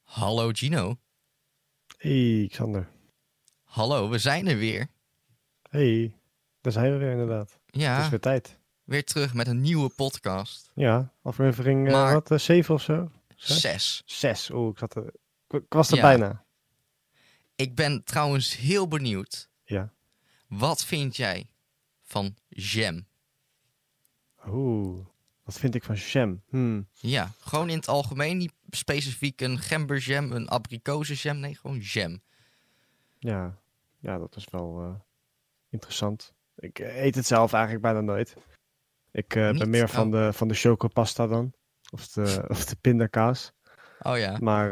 Hallo Gino. Hey Xander. Hallo, we zijn er weer. Hey, daar zijn we weer inderdaad. Het Ja, is weer tijd. weer terug met een nieuwe podcast. Ja, aflevering Maar- 7 of zo? 6. 6. Oeh, ik was er Ja. bijna. Ik ben trouwens heel benieuwd. Ja. Wat vind jij van jam? Oeh, wat vind ik van jam? Ja, gewoon in het algemeen. Niet specifiek een gemberjam, een abrikozenjam. Nee, gewoon jam. Ja, dat is wel interessant. Ik eet het zelf eigenlijk bijna nooit. Ik ben Niet? meer van de chocopasta dan. Of de pindakaas. Oh ja. Maar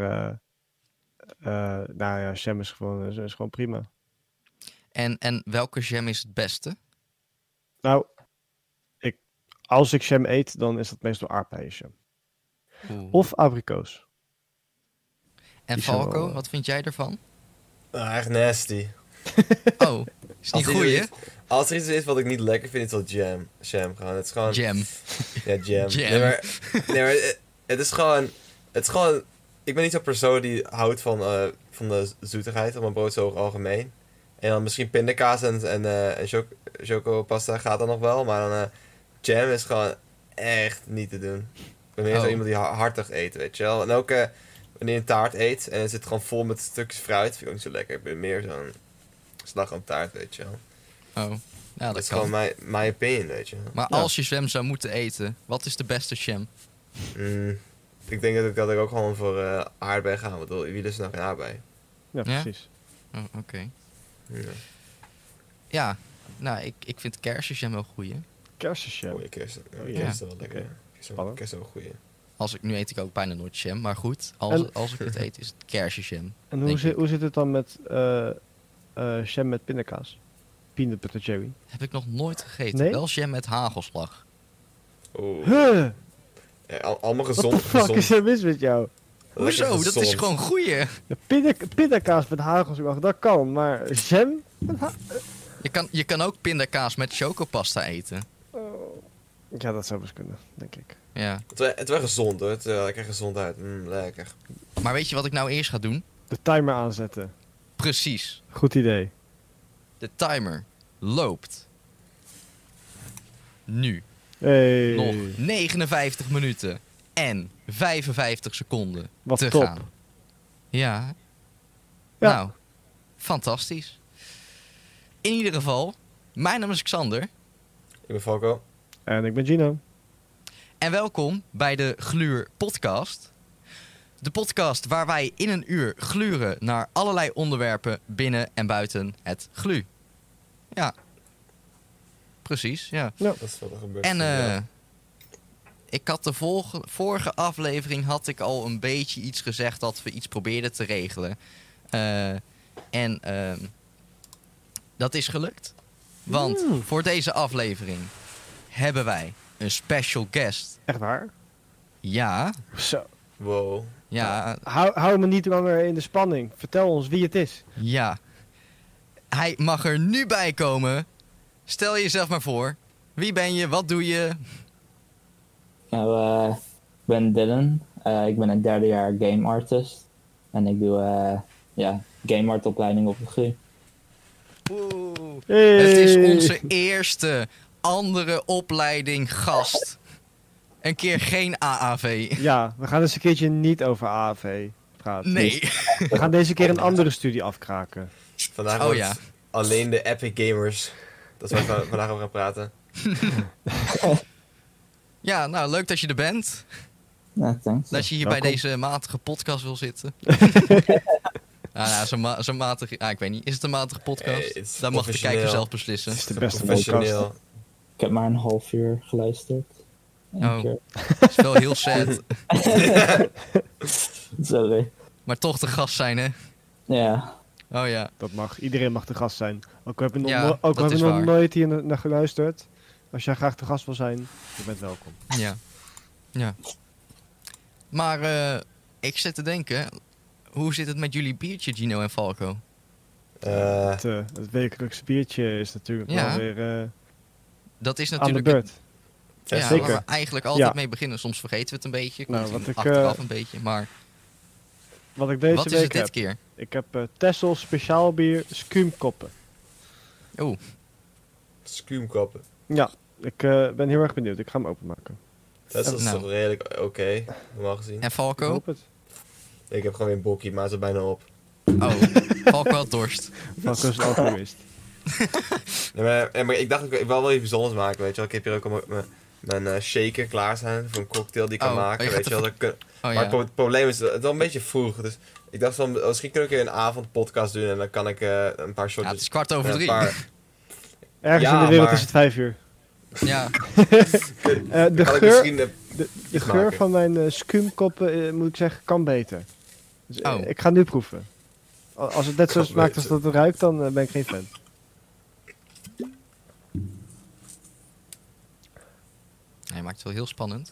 nou ja, jam is gewoon prima. En welke jam is het beste? Nou, als ik jam eet, dan is dat meestal aardbeienjam. Oeh. Of abrikoos. En die zijn Falco, wel, wat vind jij ervan? Echt nasty. Oh, is niet Als goed, hè? Als er iets is wat ik niet lekker vind, is het wel jam. Jam gewoon. Het is gewoon... Jam. Ja, jam. Jam. Nee, maar het is gewoon... Ik ben niet zo'n persoon die houdt van de zoetigheid op mijn brood zo algemeen. En dan misschien pindakaas en chocopasta gaat dan nog wel. Maar dan jam is gewoon echt niet te doen. Ik ben meer zo iemand die hartig eet, weet je wel. En ook wanneer je een taart eet en het zit gewoon vol met stukjes fruit, vind ik ook niet zo lekker. Ik ben meer zo'n slagroomtaart, weet je wel. Oh, ja, Dat dat is kan. gewoon mijn opinion, weet je wel. Maar Ja. als je jam zou moeten eten, wat is de beste jam? Ik denk dat ik ook gewoon voor aardbei ga. Want wie lust nou geen aardbei? Ja, Ja? precies. Oh, oké. Ja. Ja, nou, ik vind kersenjam wel goeie. Kersenjam. Mooie kerst. Oh, Ja, ja. kerst is wel lekker. Oké. Kerst is Spannend. wel een goeie. Nu eet ik ook bijna nooit jam, maar goed. En- Als ik het eet, is het kersenjam. En denk ik. hoe zit het dan met jam met pindakaas? Peanut butter jelly. Heb ik nog nooit gegeten. Nee? Wel jam met hagelslag. Oeh. Huh, Ja, allemaal what gezond. the fuck is er mis met jou? Hoezo? Lekker Dat is gezond. gewoon goeie. Ja, pindakaas met hagelslag, dat kan. Maar jam? Je kan ook pindakaas met chocopasta eten. Ja, dat zou best kunnen, denk ik. Ja. Het was gezond hoor. Het lekker gezond uit. Lekker. Maar weet je wat ik nou eerst ga doen? De timer aanzetten. Precies. Goed idee. De timer loopt. Nu. Hey, Nog 59 minuten en 55 seconden wat te top. gaan. Ja. Ja. Nou, fantastisch. In ieder geval, mijn naam is Xander. Ik ben Falco. En ik ben Gino. En welkom bij de Gluur Podcast. De podcast waar wij in een uur gluren naar allerlei onderwerpen binnen en buiten het glu. Ja. Precies, ja. Dat is wat er gebeurt. En Ja. ik had de vorige aflevering had ik al een beetje iets gezegd dat we iets probeerden te regelen. En dat is gelukt. Want voor deze aflevering hebben wij een special guest. Echt waar? Ja, Zo. Wow. ja, Hou me niet langer in de spanning. Vertel ons wie het is. ja. Hij mag er nu bij komen. Stel jezelf maar voor. Wie ben je? Wat doe je? Nou, ik ben Dylan. Ik ben een derdejaar game artist. En ik doe game art opleiding op de GU. Oeh. Hey. Het is onze eerste andere opleiding gast. Een keer geen AAV. Ja, we gaan eens een keertje niet over AAV praten. Nee. We gaan deze keer een andere studie afkraken. Vandaag Oh, wordt ja. alleen de Epic Gamers. Dat is waar we vandaag over gaan praten. Ja, nou, leuk dat je er bent. Ja, thanks. Dat je hier Welkom. bij deze matige podcast wil zitten. Zo'n matige... ik weet niet. Is het een matige podcast? Hey, het is Dan mag de kijker professioneel. zelf beslissen. Het is de beste Professioneel. podcast. Ik heb maar een half uur geluisterd. Eén Oh. keer. Dat is wel heel sad. Sorry. Maar toch de gast zijn, hè? Ja. Oh ja. Dat mag. Iedereen mag de gast zijn. Ook hebben we Ja, nog, dat is nog waar. nooit hier naar geluisterd. Als jij graag de gast wil zijn, je bent welkom. Ja. Ja. Maar ik zit te denken... Hoe zit het met jullie biertje, Gino en Falco? Het wekelijkse biertje is natuurlijk Ja. wel weer Dat is aan de natuurlijk... beurt. Ja, zeker. waar we eigenlijk altijd Ja. mee beginnen. Soms vergeten we het een beetje. Nou, Komt wat ik, achteraf een beetje. Maar Wat ik deze Wat is week het dit heb. keer? Ik heb Texel speciaal bier Skuumkoppen. Oeh, Skuumkappen. Ja, ik ben heel erg benieuwd. Ik ga hem openmaken. Dat is Nou. toch redelijk oké, normaal gezien. en Ik Falco? hoop het. Ik heb gewoon weer een bokkie, maar het is er bijna op. Oh, Falco had dorst. Falco is een alcoholist. Nee, maar ik dacht, ik wil wel iets bijzonders maken, weet je wel. Ik heb hier ook al mijn shaker klaar zijn voor een cocktail die ik kan Oh, maken, je weet gaat je wel. Oh Maar ja. het probleem is, het is wel een beetje vroeg, dus ik dacht van, misschien kunnen we een keer een avondpodcast doen en dan kan ik een paar Ja, het shotjes... is 4:15. een paar, Ergens Ja, in de wereld maar- is het 5 uur. Ja, De kan ik geur, misschien... de iets geur maken. van mijn skuumkoppen, moet ik zeggen, kan beter. Dus, Oh. ik ga nu proeven. Als het net zo Kan smaakt als beter. dat het ruikt, dan ben ik geen fan. hij maakt het wel heel spannend.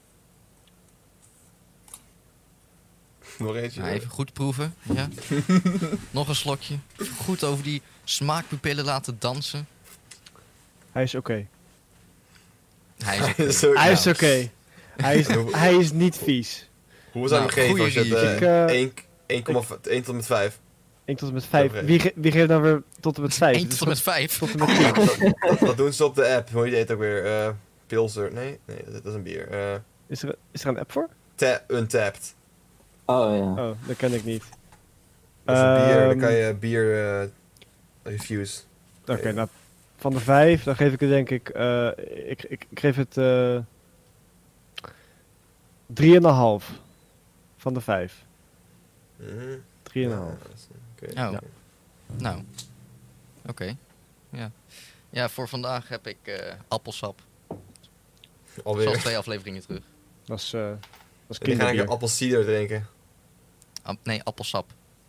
Nog eentje. Nou, even goed proeven. Ja. Nog een slokje. Goed over die smaakpupillen laten dansen. Hij is oké. Hij is Hij is oké. ook- Hij is Nou, oké. Hij is niet vies. Hoe zou je Nou, hem geven goeie als je review. het 1 tot met 5? 1 tot en met 5. Oké. Wie geeft dan weer tot en met 5? 1 tot en met 5. Tot en met 10. Dat doen ze op de app. Hoe je het ook weer? Pilser. Nee, dat is een bier. Is er een app voor? Untapped. Oh ja. Oh, dat ken ik niet. Dat is een bier. Dan Ehm, kan je bier reviews. Oké, nou, van de 5, dan geef ik het denk ik... ik geef het 3,5 van de 5. 3,5. Oké. Oh. Ja. Nou, oké. Ja. Ja, voor vandaag heb ik appelsap. Zoals Alweer. 2 afleveringen terug. Dat is En die ga ik kinderbier. een appelsieder drinken. Nee, appelsap.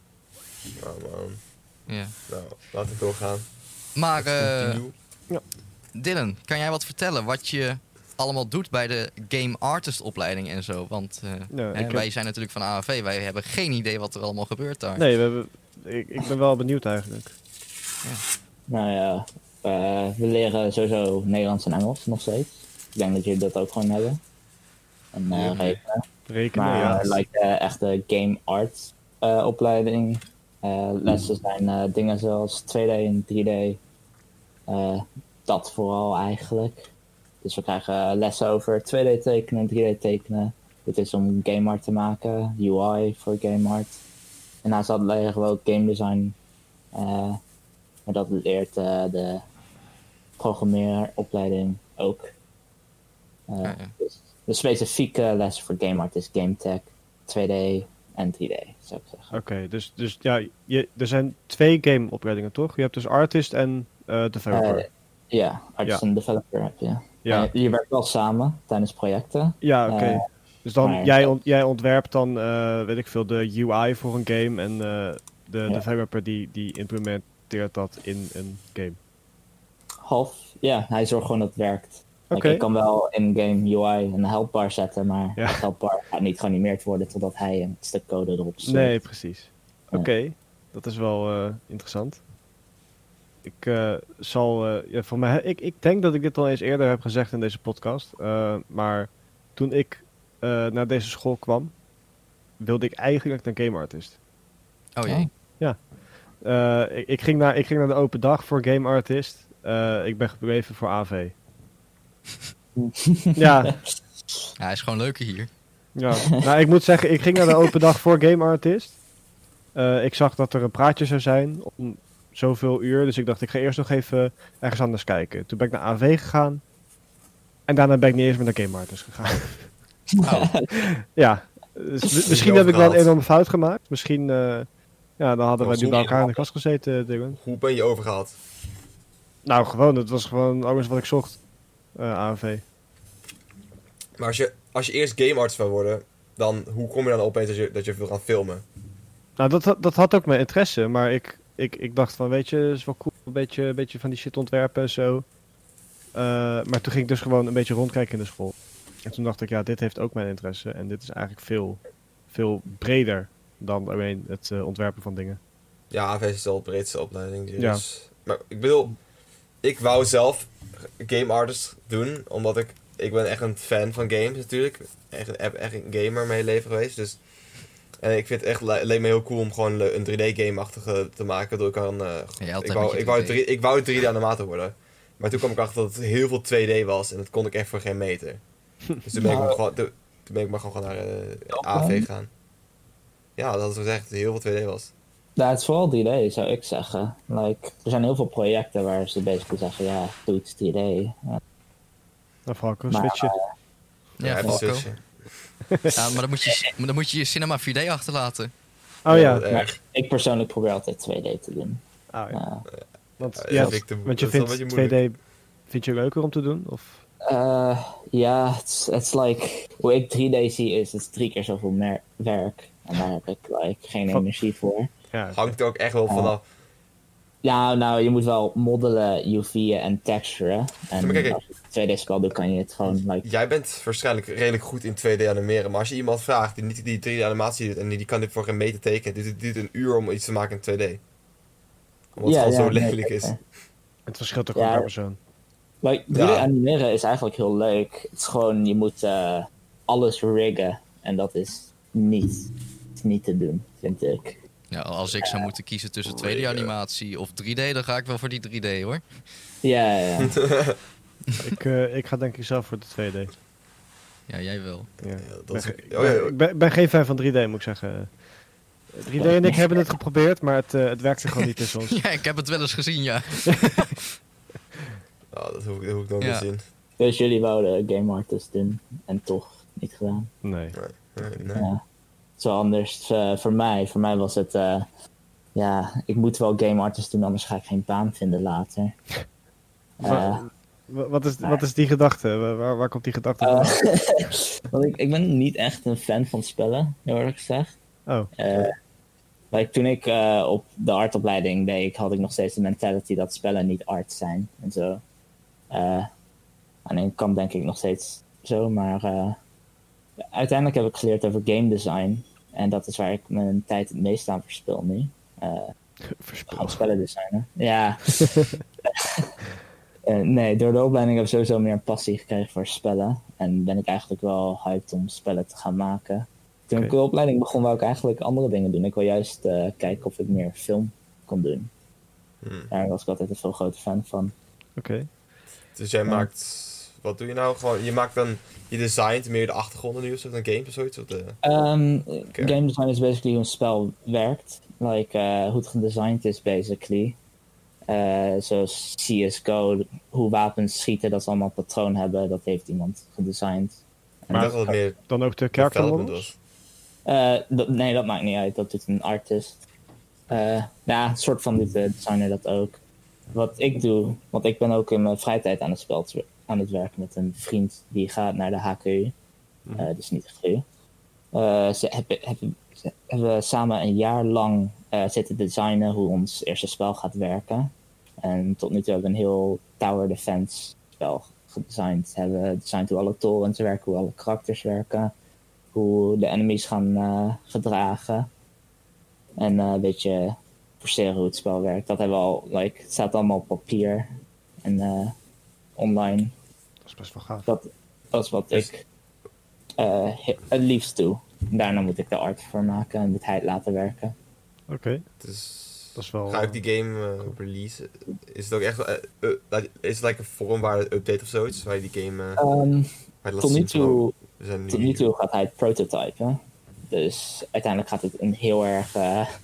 Oh man. Ja. Nou, laten we doorgaan. Maar Continue. Dylan, kan jij wat vertellen wat je allemaal doet bij de Game Artist opleiding en zo? Want Ja, ik heb- wij zijn natuurlijk van AAV, wij hebben geen idee wat er allemaal gebeurt daar. Nee, ik ben wel benieuwd eigenlijk. Nou ja, we leren sowieso Nederlands en Engels nog steeds. Ik denk dat jullie dat ook gewoon hebben. En Ja. rekenen. Rekenen, Maar ja. like echte game art opleiding. Lessen zijn dingen zoals 2D en 3D. Dat vooral eigenlijk. Dus we krijgen lessen over 2D tekenen, 3D tekenen. Het is om game art te maken, UI voor game art. En naast dat leren we ook game design. Maar dat leert de programmeeropleiding ook. Ja. Dus de specifieke les voor game art is game tech, 2D en 3D, zou ik zeggen. Oké, dus ja, er zijn 2 game-opleidingen, toch? Je hebt dus artist en developer. Ja, artist en developer heb je. Ja. Je werkt wel samen tijdens projecten. Ja, oké. Eh, Dus dan, maar- jij ontwerpt dan, weet ik veel, de UI voor een game en de Ja. developer die implementeert dat in een game. Half, ja, hij zorgt gewoon dat het werkt. Oké. Like, ik kan wel in-game UI een helpbar zetten, maar Ja. dat helpbar gaat niet geanimeerd worden totdat hij een stuk code erop zet. Nee, precies. Ja. Oké, dat is wel interessant. Ik zal, ja, voor mij, ik denk dat ik dit al eens eerder heb gezegd in deze podcast, maar toen ik naar deze school kwam, wilde ik eigenlijk een game artist. Oh jee. Ik ging naar de open dag voor game artist. Ik ben gebleven voor AV. Ja, Ja, hij is gewoon leuker hier. ja. Nou, ik moet zeggen, ik ging naar de open dag voor game artist. Ik zag dat er een praatje zou zijn om zoveel uur. Dus ik dacht, ik ga eerst nog even ergens anders kijken. Toen ben ik naar AV gegaan. En daarna ben ik niet eens meer naar game artist gegaan. Oh, Ja, dus misschien je heb ik wel een overgehaald? enorme fout gemaakt. Misschien, ja, dan hadden wij Was nu bij hoe- elkaar in de klas gezeten, Dylan. Hoe ben je overgehaald? Nou, gewoon, het was gewoon alles wat ik zocht. AV. Maar als je eerst game artist wil worden, dan hoe kom je dan opeens dat je wil gaan filmen? Nou, dat had ook mijn interesse, maar ik dacht van, weet je, het is wel cool, een beetje van die shit ontwerpen en zo. Maar toen ging ik dus gewoon een beetje rondkijken in de school. En toen dacht ik, ja, dit heeft ook mijn interesse. En dit is eigenlijk veel, veel breder dan alleen het ontwerpen van dingen. Ja, AV is wel de breedste opleiding. Dus. Ja. Maar ik bedoel, ik wou zelf game artist doen, omdat ik ben echt een fan van games natuurlijk. Echt een gamer mijn hele leven geweest. Dus En ik vind het echt, leek me heel cool om gewoon een 3D-game-achtige te maken. Door ik wou 3D-animator worden. Maar toen kwam ik achter dat het heel veel 2D was en dat kon ik echt voor geen meter. Dus toen ben ik maar gewoon naar AV gaan. Ja, dat was echt heel veel 2D was. Ja, het is vooral 3D, zou ik zeggen. Like, er zijn heel veel projecten waar ze basically zeggen, ja, doe het 3D. Ja. Nou, Falco, Maar, switchen. Ja, even Falco. switchen. Ja, maar dan moet je je Cinema 4D achterlaten. Oh ja. Wat erg. Ik persoonlijk probeer altijd 2D te doen. Oh, ja. Ja. Ja, dat vind ik want je dat is wel vindt een beetje moeilijk. 2D vind je leuker om te doen? Of? Ja, het is like, hoe ik 3D zie is, het is 3 keer zoveel werk. En daar heb ik like, geen energie voor. Ja, Hangt er ook echt wel vanaf. Ja, nou, je moet wel modellen, UV'en en texturen. En Maar kijk, als je 2D-spel doet, kan je het gewoon like... Jij bent waarschijnlijk redelijk goed in 2D animeren, maar als je iemand vraagt die niet die 3D-animatie doet en die kan dit voor geen meter tekenen, dit duurt een uur om iets te maken in 2D. Omdat het gewoon zo lelijk is. het verschilt ook Ja. per persoon. Like, 3D Ja. animeren is eigenlijk heel leuk. Het is gewoon, je moet alles riggen. En dat is niet te doen, vind ik. Ja, als ik zou moeten kiezen tussen 2D-animatie of 3D, dan ga ik wel voor die 3D hoor. Ja. Ik ga denk ik zelf voor de 2D. Ja, jij wel. Ja. Ja, dat is- Ik ben geen fan van 3D, moet ik zeggen. 3D en ik hebben het geprobeerd, maar het werkte gewoon niet tussen ons. Ja, ik heb het wel eens gezien, ja. Ja, dat hoef ik nog Ja. niet te zien. Dus jullie wouden game artist doen en toch niet gedaan. Nee. Nee. Ja. Zo anders. Voor mij was het... ja, ik moet wel game artist doen, anders ga ik geen baan vinden later. Wat is die gedachte? Waar komt die gedachte van? Want ik ben niet echt een fan van spellen, heel eerlijk gezegd. Oh, Like, toen ik op de artopleiding deed, had ik nog steeds de mentality dat spellen niet art zijn en zo. Aan de ene kant denk ik nog steeds zo, maar uiteindelijk heb ik geleerd over game design. En dat is waar ik mijn tijd het meest aan verspil nu. verspil. Aan spellen designen. Ja. Nee, door de opleiding heb ik sowieso meer een passie gekregen voor spellen. En ben ik eigenlijk wel hyped om spellen te gaan maken. Toen ik de opleiding begon, wou ik eigenlijk andere dingen doen. Ik wil juist kijken of ik meer film kon doen. Daar was ik altijd een veel groter fan van. Oké. Dus jij maakt... Wat doe je nou? Gewoon, je maakt dan... Je designt meer de achtergronden nu of zo, dan games of zoiets? Of Game design is basically hoe een spel werkt. Like, hoe het gedesigned is, basically. Zoals CSGO, hoe wapens schieten, dat ze allemaal een patroon hebben. Dat heeft iemand gedesigned. Maar dat het meer Dan ook de development character was. Nee, dat maakt niet uit. Dat doet een artist. Ja, een soort van doet de designer dat ook. Wat ik doe, want ik ben ook in mijn vrije tijd aan het werken met een vriend die gaat naar de HKU. Dus niet de GU. Ze hebben samen een jaar lang zitten designen hoe ons eerste spel gaat werken. En tot nu toe hebben we een heel tower defense spel gedesigned. We hebben gedesigned hoe alle torens werken, hoe alle karakters werken. Hoe de enemies gaan gedragen. En een beetje forceren hoe het spel werkt. Dat hebben we al, like, het staat allemaal op papier en online. Dat is best wel gaaf. Dat is wat ik het liefst doe. Daarna moet ik de art voor maken en moet hij het laten werken. Oké. Dus Dat is wel... ga ik die game releasen? Is het ook echt... is het like een vorm waar het update of zoiets? Waar je die game... waar je laat Tot nu zien van, toe... we zijn Tot nu toe gaat hij het prototypen. Dus uiteindelijk gaat het een heel erg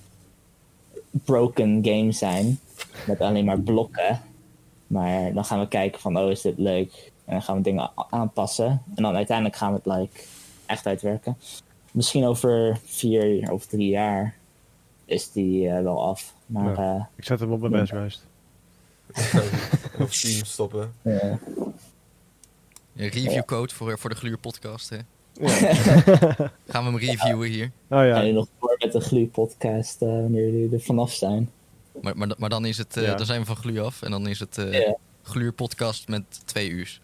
broken game zijn. Met alleen maar blokken. Maar dan gaan we kijken van, oh, is dit leuk? En dan gaan we dingen aanpassen. En dan uiteindelijk gaan we het echt uitwerken. Misschien over 4 of 3 jaar is die wel af. Maar Ja. Ik zet hem op mijn bestlijst. op Steam stoppen. Een reviewcode voor de Gluur podcast, hè. Gaan we hem reviewen hier. Oh en ja. nu nog door met de Glu podcast wanneer jullie er vanaf zijn. Maar dan is het, Ja. dan zijn we van Gluur af en dan is het Ja. Gluur podcast met 2 uur.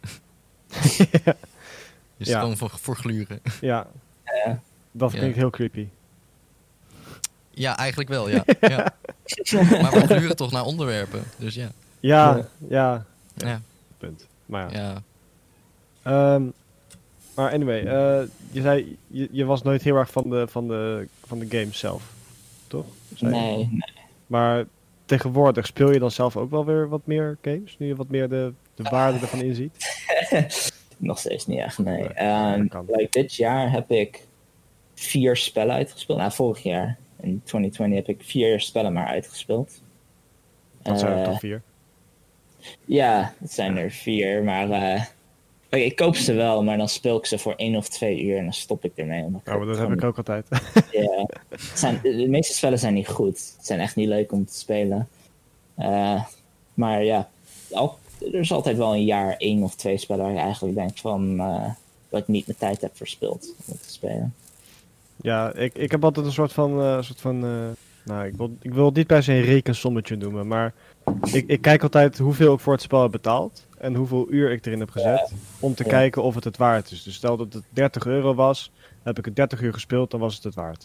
Dus Ja. gewoon voor gluren. Ja. Ja. Dat Ja. klinkt heel creepy. Ja, eigenlijk wel, ja. Ja. Maar we gluren toch naar onderwerpen, dus ja. Ja. Ja, Punt. Maar ja. ja. Maar anyway, je zei, je was nooit heel erg van de games zelf, toch? Zei je? Nee. Maar tegenwoordig speel je dan zelf ook wel weer wat meer games? Nu je wat meer de waarde ervan inziet? Nog steeds niet echt, nee. Nee, dat kan. Dit jaar heb ik 4 spellen uitgespeeld. Nou, vorig jaar, in 2020, heb ik 4 spellen maar uitgespeeld. Dat zijn er Eh, toch 4? Ja, het zijn er 4, maar ik koop ze wel, maar dan speel ik ze voor 1 of 2 uur en dan stop ik ermee. Omdat Nou, maar dat heb gewoon- ik ook altijd. Ja, de meeste spellen zijn niet goed. Het zijn echt niet leuk om te spelen. Maar ja, er is altijd wel een jaar 1 of 2 spellen waar je eigenlijk denkt van dat ik niet mijn tijd heb verspild om te spelen. Ja, ik heb altijd een soort van nou, ik wil het niet per se een rekensommetje noemen, maar ik kijk altijd hoeveel ik voor het spel heb betaald en hoeveel uur ik erin heb gezet om te Ja. kijken of het waard is. Dus stel dat het 30 euro was, heb ik het 30 uur gespeeld, dan was het waard.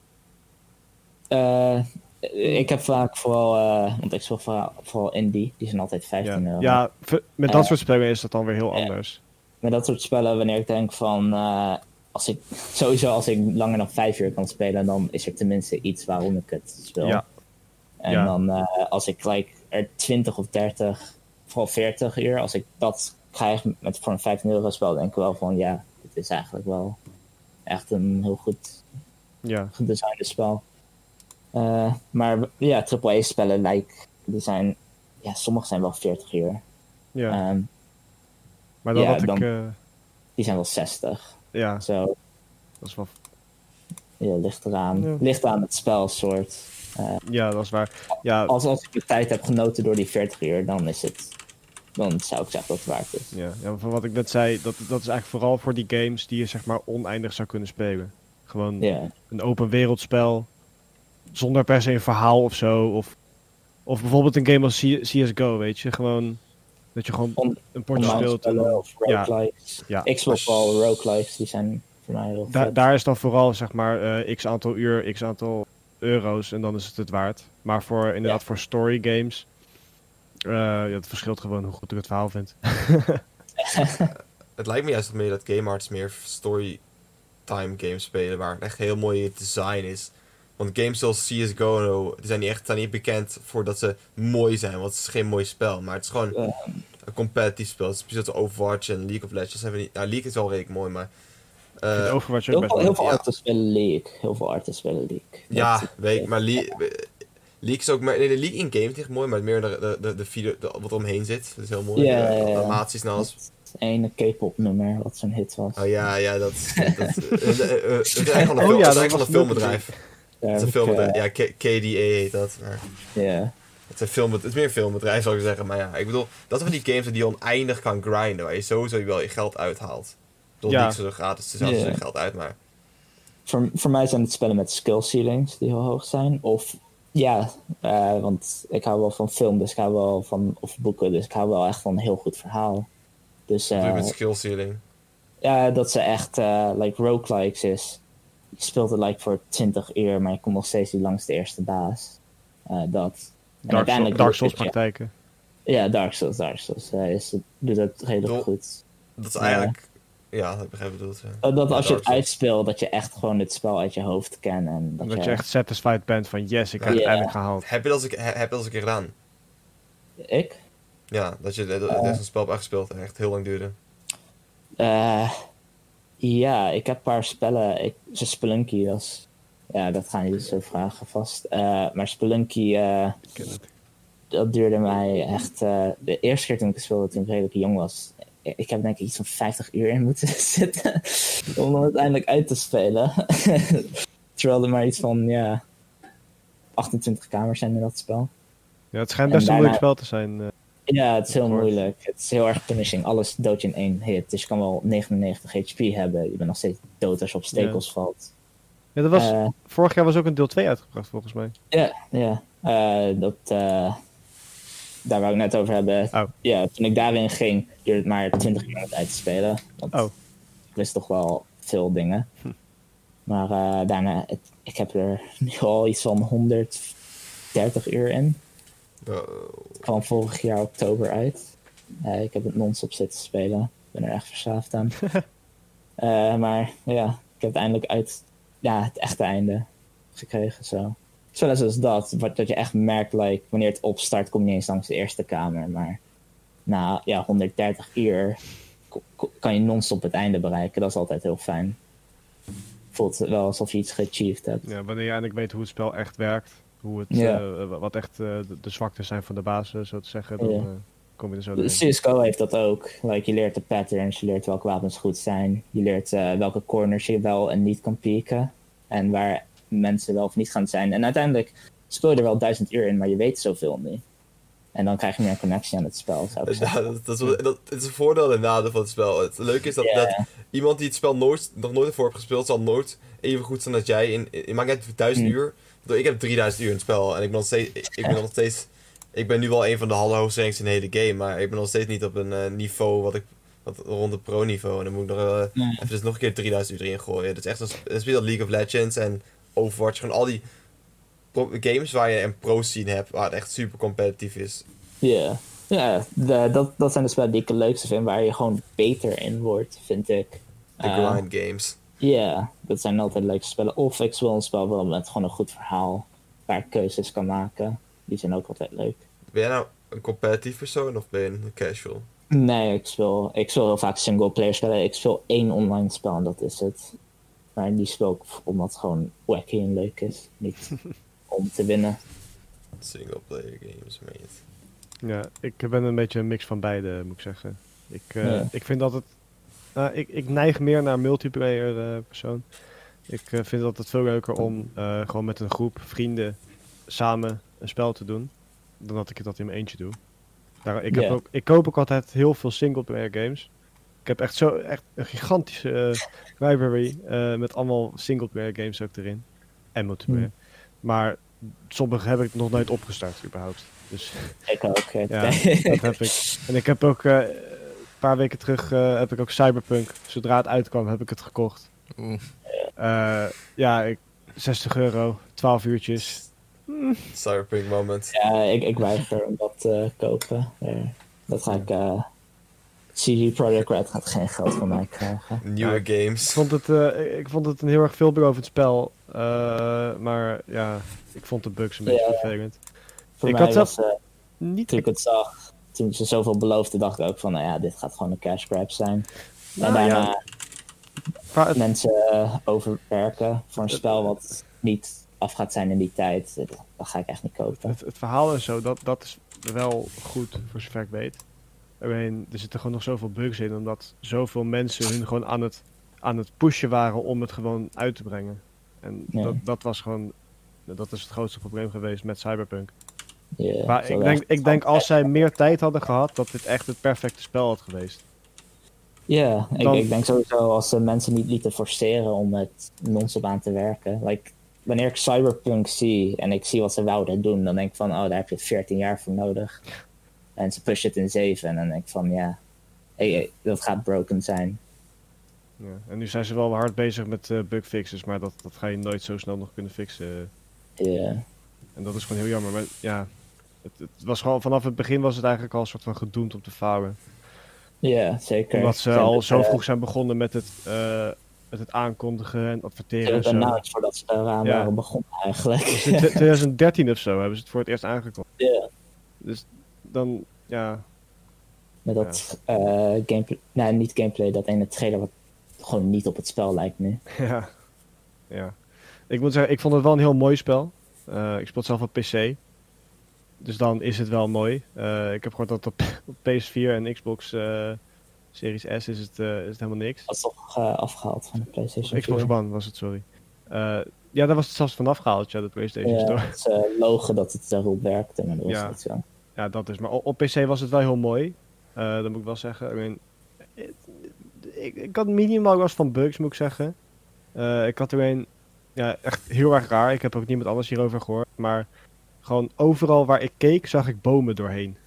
Ik heb vaak vooral, want ik speel vooral indie, die zijn altijd 15 euro. Ja, met dat Eh, soort spellen is dat dan weer heel anders. Met dat soort spellen, wanneer ik denk van, als ik langer dan 5 uur kan spelen, dan is er tenminste iets waarom ik het speel. Ja. En Ja. dan als ik er 20 of 30, vooral 40 uur, als ik dat krijg voor een 15 euro spel, denk ik wel van ja, dit is eigenlijk wel echt een heel goed Ja, gedesigned spel. Maar ja, AAA spellen sommige zijn wel 40 uur. ja. Ehm, Maar dan ja, had ik... dan- die zijn wel 60. ja, Zo, dat is wel... ja, ligt eraan. Ja. Ligt aan het spelsoort. Ja, dat is waar. Ja, Als ik de tijd heb genoten door die 40 uur, dan zou ik zeggen dat het waard is. ja, van wat ik net zei, dat is eigenlijk vooral voor die games die je zeg maar oneindig zou kunnen spelen. Gewoon Ja, een open wereldspel, zonder per se een verhaal of zo. Of bijvoorbeeld een game als CSGO, weet je. Gewoon, dat je gewoon een potje online speelt. En spellen dan- of roguelikes. ja. Ik speel vooral roguelikes, die zijn voor mij heel vet. Daar is dan vooral zeg maar x aantal uur, x aantal euro's en dan is het waard. Maar inderdaad voor story games, het verschilt gewoon hoe goed ik het verhaal vind. Het lijkt me juist meer dat Game Arts meer storytime games spelen, waar het echt heel mooi design is. Want games zoals CSGO, die zijn niet bekend voordat ze mooi zijn, want het is geen mooi spel. Maar het is gewoon een competitief spel. Het is precies als Overwatch en League of Legends. Nou, League is wel redelijk mooi, maar... Ik vind Overwatch ook best Heel leuk. veel ja. artists spelen League. Heel veel artists spelen League. Ja, Dat- weet ik, maar League is ook... Nee, de League in-game is echt mooi, maar meer de video, wat omheen zit. Dat is heel mooi. Ja, De ja, ja. animaties en alles. Het ene K-pop nummer wat zo'n hit was. Oh ja, dat is eigenlijk van een, Oh ja, dat van was een filmbedrijf. Daar Het is een heb ik, filmbedrijf. Ja, KDA heet dat. Maar ja. het is meer een filmbedrijf, zou ik zeggen. Maar ja, ik bedoel, dat zijn van die games die je oneindig kan grinden, waar je sowieso wel je geld uithaalt. Ik bedoel, Ja. niks zo gratis, ze zelfs Ja. je geld uit, maar... Voor mij zijn het spellen met skill ceilings die heel hoog zijn. Of ja, want ik hou wel van film, dus ik hou wel van... Of boeken, dus ik hou wel echt van een heel goed verhaal. Dus Wat doe je met skill ceiling? ja, dat ze echt roguelikes is. Je speelt het voor 20 uur, maar je komt nog steeds niet langs de eerste baas. Dat. En uiteindelijk Dark lukt Souls het je. praktijken. Ja, Dark Souls. Doet dat redelijk Bedoel- goed. Dat is eigenlijk... Ja, dat heb ik bedoeld. Ja. Dat als je Dark het Souls. uitspeelt, dat je echt gewoon het spel uit je hoofd kent. En Dat je echt satisfied bent van yes, ik heb het Ja. eindelijk gehaald. Heb je dat eens een keer gedaan? Ik? Ja, dat je echt een spel hebt uitgespeeld en echt heel lang duurde. Ja, ik heb een paar spellen. Spelunky, dat gaan jullie zo vragen vast. Maar Spelunky, Ik ken het. dat duurde mij echt... de eerste keer toen ik het speelde, toen ik redelijk jong was... Ik heb denk ik iets van 50 uur in moeten zitten om dan uiteindelijk uit te spelen. Terwijl er maar iets van, 28 kamers zijn in dat spel. Ja, het schijnt En best een moeilijk daarna- spel te zijn. Ja, het is heel Akkoord. moeilijk. Het is heel erg punishing. Alles dood je in één hit. Dus je kan wel 99 HP hebben. Je bent nog steeds dood als je op stekels valt. Ja, dat was, Eh, vorig jaar was ook een deel 2 uitgebracht volgens mij. Ja. Daar wou ik net over hebben. Oh. Ja, toen ik daarin ging, duurde het maar 20 uur om het uit te spelen. Want Oh. ik wist toch wel veel dingen. Maar daarna, ik heb er nu al iets van 130 uur in. Kwam vorig jaar oktober uit. Ik heb het non-stop zitten spelen. Ik ben er echt verslaafd aan. Maar ja, ik heb uiteindelijk het echte einde gekregen. Zo. Zoals als dat je echt merkt, wanneer het opstart, kom je niet eens langs de eerste kamer. Maar na 130 uur kan je non-stop het einde bereiken. Dat is altijd heel fijn. Voelt wel alsof je iets geachieved hebt. Ja, wanneer je eindelijk weet hoe het spel echt werkt, hoe het, wat echt de zwaktes zijn van de basis, zo te zeggen, dan kom je er zo doorheen. CSGO heeft dat ook. Je leert de patterns, je leert welke wapens goed zijn, je leert welke corners je wel en niet kan pieken en waar mensen wel of niet gaan zijn. En uiteindelijk speel je er wel 1000 uur in, maar je weet zoveel niet. En dan krijg je meer connectie aan het spel, zou ik zeggen. Ja, dat is een voordeel en nadeel van het spel. Het leuke is dat iemand die het spel nog nooit ervoor heeft gespeeld, zal nooit even goed zijn als jij. In maakt net 1000 uur. Ik heb 3000 uur in het spel en ik ben nu wel een van de hoogste ranks in de hele game, maar ik ben nog steeds niet op een niveau wat rond het pro-niveau. En dan moet ik nog even dus nog een keer 3000 uur erin gooien. Het is echt een speel dat League of Legends en Overwatch, gewoon al die games waar je een pro-scene hebt, waar het echt super competitief is. Ja, dat zijn de spellen die ik het leukste vind, waar je gewoon beter in wordt, vind ik. De grind games. Ja, dat zijn altijd de leukste spellen. Of ik speel een spel wel met gewoon een goed verhaal, waar ik keuzes kan maken. Die zijn ook altijd leuk. Ben jij nou een competitief persoon of ben je een casual? Nee, ik speel heel vaak single player spellen. Ik speel 1 online spel en dat is het. Maar die speel ik omdat het gewoon wacky en leuk is. Niet om te winnen. Single player games, mate. Ja, ik ben een beetje een mix van beide, moet ik zeggen. Ik vind dat het... ik neig meer naar multiplayer persoon. Ik vind dat het veel leuker om gewoon met een groep vrienden samen een spel te doen. Dan dat ik dat in mijn eentje doe. Ik koop ook altijd heel veel singleplayer games. Ik heb echt een gigantische library met allemaal singleplayer games ook erin. En multiplayer. Maar sommige heb ik nog nooit opgestart überhaupt. Dus, ik ook. Ja, dat heb ik. En ik heb ook een paar weken terug heb ik ook Cyberpunk. Zodra het uitkwam heb ik het gekocht. €60, 12 uurtjes. Cyberpunk moment. Ja, ik weiger om dat te kopen. Dat ga ik... CD Projekt Red gaat geen geld van mij krijgen. Nieuwe games. Ik vond het een heel erg veelbelovend spel. Maar ja, ik vond de bugs een beetje vervelend. Voor mij was niet toen ik het zag, toen ze zoveel beloofden, dacht ik ook van, dit gaat gewoon een cash grab zijn. En daarna mensen overwerken voor een spel wat niet af gaat zijn in die tijd. Dat ga ik echt niet kopen. Het verhaal en zo, dat is wel goed, voor zover ik weet. Alleen, er zitten gewoon nog zoveel bugs in, omdat zoveel mensen hun gewoon aan het pushen waren om het gewoon uit te brengen. En dat was gewoon, dat is het grootste probleem geweest met Cyberpunk. Maar ik denk als zij meer tijd hadden gehad, dat dit echt het perfecte spel had geweest. Ja, ik denk sowieso als ze mensen niet lieten forceren om het non-stop aan te werken. Wanneer ik Cyberpunk zie en ik zie wat ze wouden doen, dan denk ik van, daar heb je 14 jaar voor nodig. En ze pushen het in 7 en dan denk ik van, dat gaat broken zijn. Ja, en nu zijn ze wel hard bezig met bugfixes, maar dat ga je nooit zo snel nog kunnen fixen. Ja. En dat is gewoon heel jammer. Maar ja, het was gewoon vanaf het begin was het eigenlijk al een soort van gedoemd om te falen. Ja, zeker. Omdat ze al zo vroeg zijn begonnen met het aankondigen en adverteren. Ze hebben announced voordat ze eraan waren begonnen eigenlijk. Dus in 2013 of zo hebben ze het voor het eerst aangekondigd. Ja. Dus dan, ja... Met dat gameplay... Nee, niet gameplay, dat ene trailer wat gewoon niet op het spel lijkt nu. Ja. Ik moet zeggen, ik vond het wel een heel mooi spel. Ik speel het zelf op PC. Dus dan is het wel mooi. Ik heb gehoord dat op PS4 en Xbox Series S is het helemaal niks. Dat is toch afgehaald van de PlayStation 4? Xbox One was het, sorry. Ja, daar was het zelfs van afgehaald, de PlayStation Store. Ja, ze logen dat het erop werkte, maar dat was niet zo. Ja, dat is. Maar op PC was het wel heel mooi. Dat moet ik wel zeggen. Ik had minimaal last van bugs, moet ik zeggen. Ik had echt heel erg raar. Ik heb ook niemand anders hierover gehoord. Maar gewoon overal waar ik keek, zag ik bomen doorheen.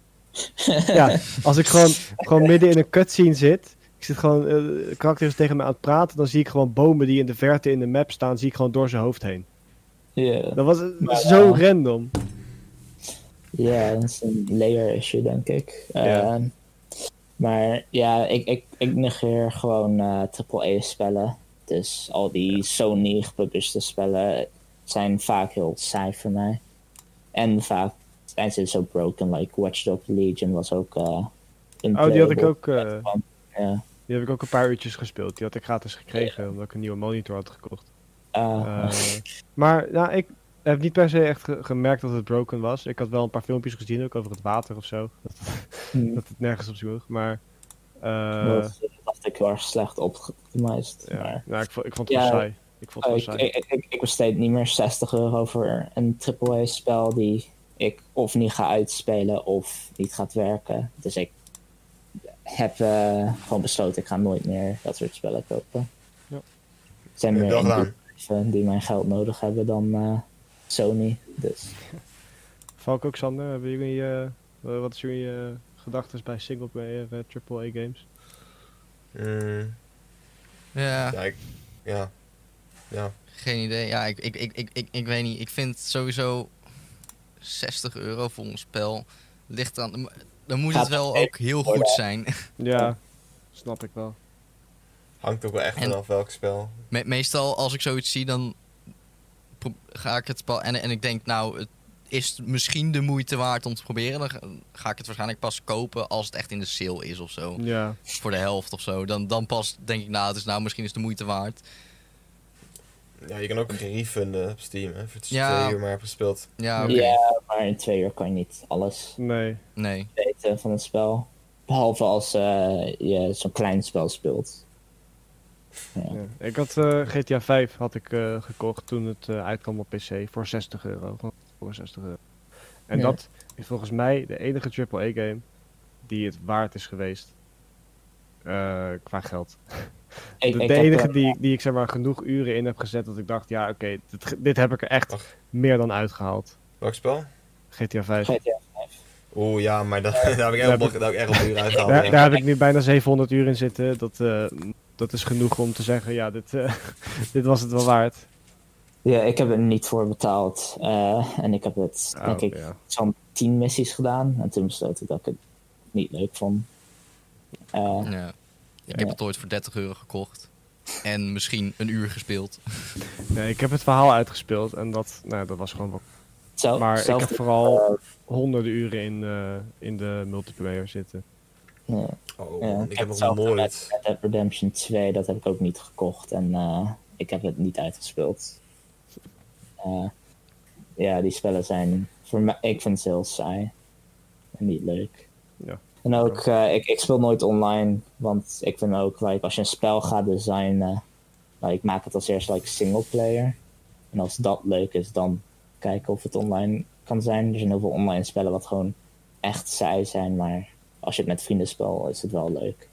Ja, als ik gewoon midden in een cutscene zit. Ik zit gewoon, karakter is tegen me aan het praten. Dan zie ik gewoon bomen die in de verte in de map staan. Zie ik gewoon door zijn hoofd heen. Yeah. Dat was zo random. Ja, dat is een layer issue, denk ik. Maar ja, ik negeer gewoon AAA-spellen. Dus al die Sony gepubliceerde spellen zijn vaak heel saai voor mij. En vaak zijn ze zo broken, like Watch Dogs Legion was ook een Oh, die had ik ook. Ja. Die heb ik ook een paar uurtjes gespeeld. Die had ik gratis gekregen, omdat ik een nieuwe monitor had gekocht. Maar nou, ik heb niet per se echt gemerkt dat het broken was. Ik had wel een paar filmpjes gezien, ook over het water of zo. Dat het nergens op sloeg. Maar dat dacht ik heel erg slecht opgetimized. ja, Maar nou, ik vond het wel saai. Ik vond het wel saai. ik besteed niet meer €60 voor een AAA-spel die ik of niet ga uitspelen of niet gaat werken. Dus ik heb gewoon besloten, ik ga nooit meer dat soort spellen kopen. Ja. Er zijn Heb je meer wel gedaan? bedrijven die mijn geld nodig hebben dan Sony. Dus. Valk ook, Sander, hebben jullie, wat is jullie gedachten bij singleplayer AAA games? Ja, Ja, ja. geen idee. Ja, ik weet niet. Ik vind sowieso €60 voor een spel ligt aan. Dan moet het wel ook heel goed zijn. Ja, snap ik wel. Hangt ook wel echt En- vanaf welk spel. Meestal als ik zoiets zie, dan ga ik het spel. En ik denk, nou, het is misschien de moeite waard om te proberen. Dan ga ik het waarschijnlijk pas kopen als het echt in de sale is of zo. Ja, Voor de helft of zo. Dan pas denk ik, nou, het is nou misschien is het de moeite waard. Ja, je kan ook refunden op Steam, hè. Voor het Ja. 2 uur maar hebt gespeeld. Ja, oké. Ja, maar in 2 uur kan je niet alles nee. Nee. weten van het spel. Behalve als je zo'n klein spel speelt. Ja. Ja. Ik had GTA 5 had ik gekocht toen het uitkwam op PC voor €60. Gewoon voor €60. En Ja. dat is volgens mij de enige AAA game die het waard is geweest. Qua geld. Ik De heb, enige die ik zeg maar genoeg uren in heb gezet dat ik dacht, ja oké, dit heb ik er echt Ach. meer dan uitgehaald. Welk spel? GTA 5. GTA. Oeh, ja, maar daar heb ik echt op uur uitgehaald. Daar, ja. daar heb ik nu bijna 700 uur in zitten. Dat is genoeg om te zeggen, ja, dit was het wel waard. Ja, ik heb er niet voor betaald. En ik heb het, denk ik, Ja. zo'n 10 missies gedaan. En toen besloot ik dat ik het niet leuk vond. Ja. Ik heb het ooit voor €30 gekocht. En misschien een uur gespeeld. Nee, ik heb het verhaal uitgespeeld en dat was gewoon wel. Maar ik heb vooral honderden uren in de multiplayer zitten. Oh, Ja, man, ik heb nog hetzelfde nooit... met Red Dead Redemption 2, dat heb ik ook niet gekocht. En ik heb het niet uitgespeeld. Ja, die spellen zijn... Voor mij, ik vind ze heel saai. En niet leuk. Ja. En ook, ik speel nooit online. Want ik vind ook, like, als je een spel gaat designen... ik maak het als eerst single player. En als dat leuk is, dan kijken of het online kan zijn. Er zijn heel veel online spellen wat gewoon echt saai zijn. Maar als je het met vrienden speelt, is het wel leuk.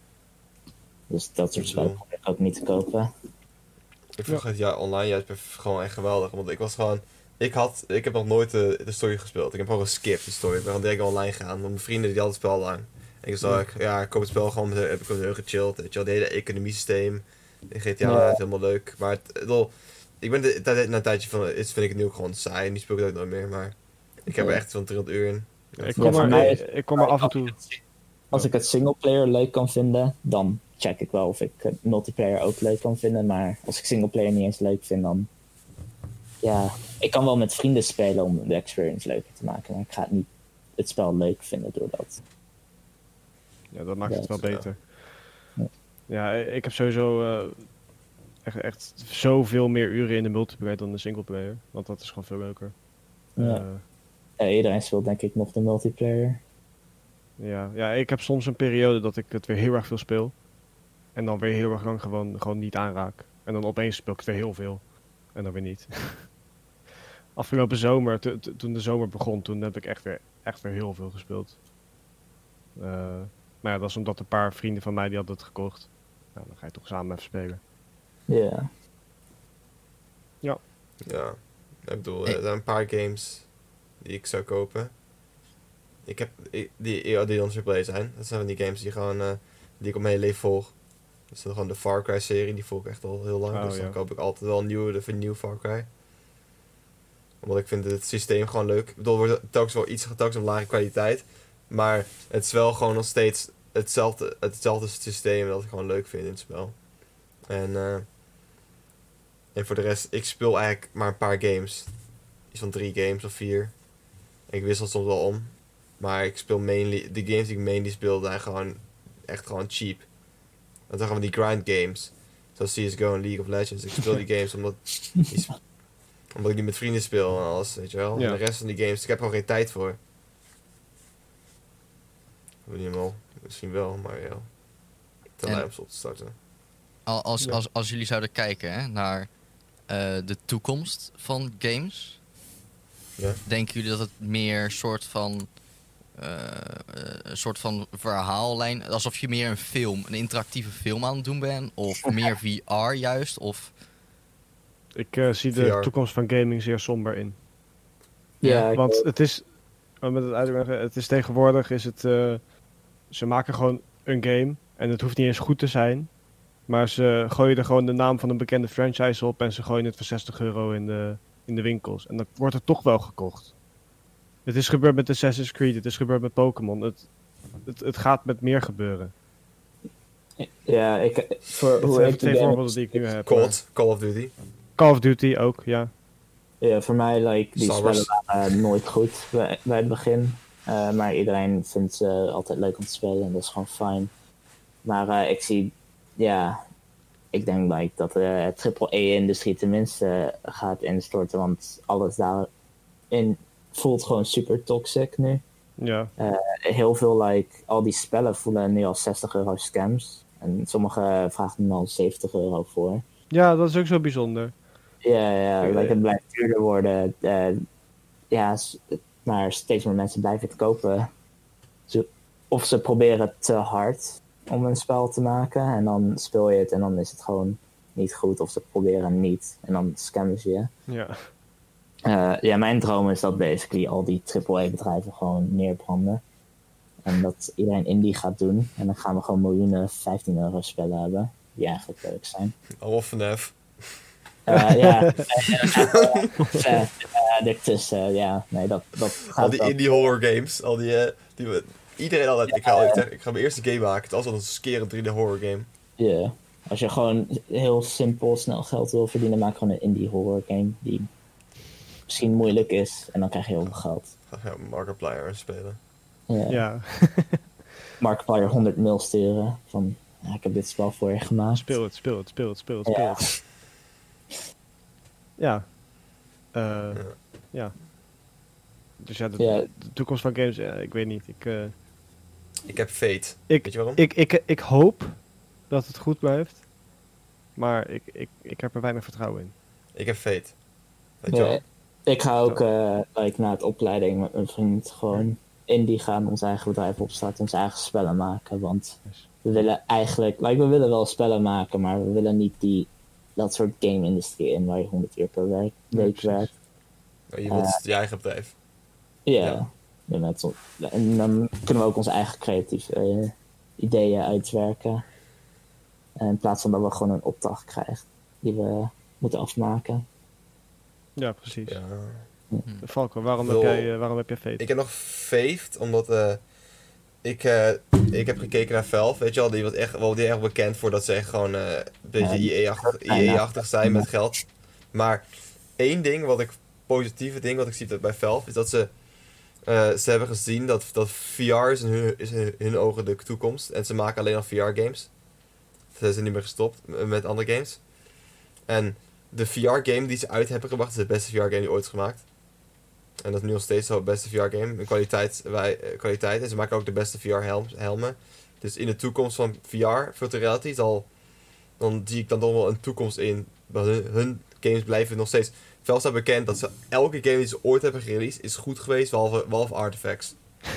Dus dat soort spellen probeer ik ook niet te kopen. Ik vond het online juist gewoon echt geweldig. Want ik was gewoon... Ik heb nog nooit de story gespeeld. Ik heb gewoon geskipt de story. Ik ben gewoon direct online gegaan. Want mijn vrienden die hadden het spel lang. En ik zag, ik koop het spel gewoon heb ik heel gechilled. Weet je wel, het hele economiesysteem. In GTA is helemaal leuk. Maar ik ben na een tijdje van, vind ik het nu ook gewoon saai. En die speel ik ook nooit meer. Maar ik heb er echt zo'n 300 uur in. Ik kom er af en toe. Als ik het singleplayer leuk kan vinden, dan check ik wel of ik het multiplayer ook leuk kan vinden. Maar als ik singleplayer niet eens leuk vind, dan... Ja, ik kan wel met vrienden spelen om de experience leuker te maken. Maar ik ga niet het spel leuk vinden door dat. Ja, dat maakt het wel Ja. beter. Ja, ik heb sowieso echt zoveel meer uren in de multiplayer dan de singleplayer. Want dat is gewoon veel leuker. Ja. Iedereen speelt denk ik nog de multiplayer. Ja, ik heb soms een periode dat ik het weer heel erg veel speel. En dan weer heel erg lang gewoon niet aanraak. En dan opeens speel ik het weer heel veel. En dan weer niet. Afgelopen zomer, toen de zomer begon, toen heb ik echt weer heel veel gespeeld. Maar ja, dat is omdat een paar vrienden van mij die hadden het gekocht. Nou, dan ga je toch samen even spelen. Ja. Ja, ik bedoel, er zijn een paar games die ik zou kopen. Ik heb die on AAA zijn. Dat zijn van die games die die ik op mijn hele leven volg. Dat is dan gewoon de Far Cry serie, die volg ik echt al heel lang. Oh, Dus dan ja. koop ik altijd wel een nieuw Far Cry. Omdat ik vind het systeem gewoon leuk. Ik bedoel, het wordt telkens een lage kwaliteit. Maar het is wel gewoon nog steeds hetzelfde systeem dat ik gewoon leuk vind in het spel. En voor de rest, ik speel eigenlijk maar een paar games. Iets van 3 games of 4. Ik wissel soms wel om. Maar ik speel mainly... De games die ik mainly speel zijn gewoon... Echt gewoon cheap. Dat zijn gewoon die grind games. Zoals CSGO en League of Legends. Ik speel die games omdat ik die met vrienden speel en alles, weet je wel. Ja. En de rest van die games, ik heb gewoon geen tijd voor. Ik weet niet helemaal. Misschien wel, maar ja. Ten En- lui om ze op te starten. Als jullie zouden kijken hè, naar de toekomst van games, Ja. denken jullie dat het meer een soort van verhaallijn, alsof je meer een interactieve film aan het doen bent, of meer VR juist, of Ik zie de VR. toekomst van gaming zeer somber in. Ja, Want het is, met het uitleggen, het is tegenwoordig is het, ze maken gewoon een game en het hoeft niet eens goed te zijn. Maar ze gooien er gewoon de naam van een bekende franchise op en ze gooien het voor €60 in de winkels. En dan wordt het toch wel gekocht. Het is gebeurd met Assassin's Creed, het is gebeurd met Pokémon. Het gaat met meer gebeuren. ja, voor Dat hoe zijn ik de twee de game- voorbeelden die ik nu heb. Call of Duty. Call of Duty ook, ja. Ja, voor mij, die Star Wars. spellen waren nooit goed bij het begin. Maar iedereen vindt ze altijd leuk om te spelen en dat is gewoon fijn. Maar ik denk dat de AAA-industrie tenminste gaat instorten, want alles daarin voelt gewoon super toxic nu. Ja, Heel veel, al die spellen voelen nu al €60 scams. En sommige vragen nu al €70 voor. ja, dat is ook zo bijzonder. Ja, het blijft duurder worden. Maar steeds meer mensen blijven het kopen. Of ze proberen te hard om een spel te maken. En dan speel je het en dan is het gewoon niet goed. Of ze proberen niet en dan scammen ze je. Ja. Mijn droom is dat basically al die AAA-bedrijven gewoon neerbranden. En dat iedereen indie gaat doen. En dan gaan we gewoon miljoenen €15 spellen hebben. Die eigenlijk leuk zijn. Of FNAF. Ertussen, dat Al gaat die wel. indie horror games. Al iedereen altijd... Ik ga mijn eerste game maken. Het is altijd een skerend 3D horror game. Ja. Als je gewoon heel simpel snel geld wil verdienen, maak gewoon een indie horror game die misschien moeilijk is. En dan krijg je heel veel geld. Ga Markiplier spelen. Ja, Markiplier 100 mil sturen. Van, ik heb dit spel voor je gemaakt. speel het. Ja. Ja. Ja. Dus ja, Ja. de toekomst van games, ik weet niet. Ik heb Fate. Ik- Weet je waarom? Ik hoop dat het goed blijft. Maar ik heb er weinig vertrouwen in. Ik heb Fate. Weet je wel? Ik ga ook na het opleiding met mijn vriend gewoon indie gaan, ons eigen bedrijf opstarten, onze eigen spellen maken. Want we willen eigenlijk, we willen wel spellen maken, maar we willen niet dat soort game-industrie in waar je 100 uur per week precies. werkt. Je wilt je eigen bedrijf. Ja. En dan kunnen we ook onze eigen creatieve ideeën uitwerken. En in plaats van dat we gewoon een opdracht krijgen die we moeten afmaken. Ja, precies. Ja. Falco, waarom Wel- heb jij Fate? Ik heb nog Fate, omdat ik heb gekeken naar Valve, weet je wel, die was echt bekend voor dat ze echt gewoon een beetje EA-achtig zijn met geld. Maar één ding, positieve ding wat ik zie bij Valve, is dat ze hebben gezien dat VR is in hun ogen de toekomst. En ze maken alleen nog VR-games. Ze zijn niet meer gestopt met andere games. En de VR-game die ze uit hebben gebracht is de beste VR-game die ooit is gemaakt. En dat is nu nog steeds de beste VR-game in kwaliteit. En ze maken ook de beste VR-helmen. Dus in de toekomst van VR, virtual reality, dan zie ik dan toch wel een toekomst in. Hun games blijven nog steeds... Valve staat bekend dat ze elke game die ze ooit hebben gereleased is goed geweest, behalve Artifacts.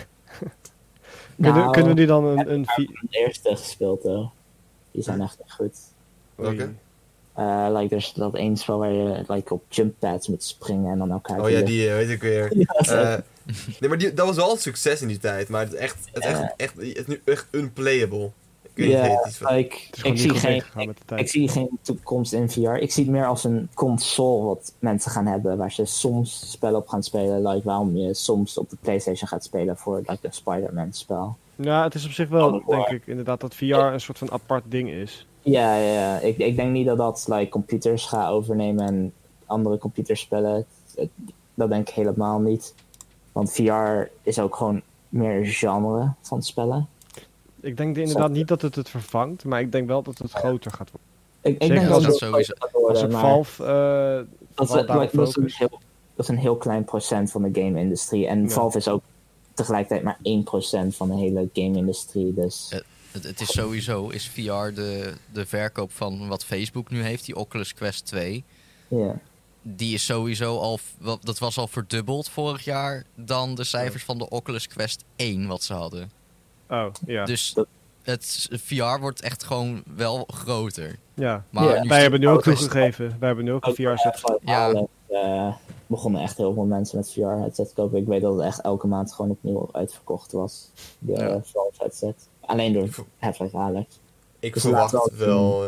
Kunnen we die dan een De eerste gespeeld hoor. Die zijn echt goed. Welke? Er is dat één spel waar je op jump pads moet springen en dan elkaar... Oh ja, die weet ik weer. Ja, zo. Nee, maar dat was wel een succes in die tijd. Maar het is nu echt unplayable. Ik weet niet iets van. Het is gewoon ik niet zie goed geen... meegegaan met de tijd. Ik zie geen toekomst in VR. Ik zie het meer als een console wat mensen gaan hebben. Waar ze soms spellen op gaan spelen. Waarom je soms op de PlayStation gaat spelen voor een Spider-Man spel. Ja, het is op zich wel, denk ik, inderdaad dat VR een soort van apart ding is. Ja. Ik denk niet dat like, computers gaan overnemen en andere computerspellen. Dat denk ik helemaal niet. Want VR is ook gewoon meer genre van spellen. Ik denk inderdaad niet dat het vervangt, maar ik denk wel dat het groter gaat worden. Ik Zeker denk als dat dat sowieso. gaat worden, Als ook maar Valve dat, vooral daarop dat focust. is een heel klein procent van de game-industrie. En Ja. Valve is ook tegelijkertijd maar 1% van de hele game-industrie. Dus Het is sowieso, is VR de verkoop van wat Facebook nu heeft, die Oculus Quest 2. ja. Die is sowieso dat was al verdubbeld vorig jaar dan de cijfers van de Oculus Quest 1 wat ze hadden. Oh, ja. Dus het VR wordt echt gewoon wel groter. Ja. Maar Ja. nu Wij hebben nu ook Quest- toegegeven. Wij hebben nu ook een VR-set. Ja. Begonnen echt heel veel mensen met VR-headset kopen. Ik weet dat het echt elke maand gewoon opnieuw uitverkocht was. De Ja. Valve headset. Alleen door Half-Life Alex. Ik Dus verwacht laat wel...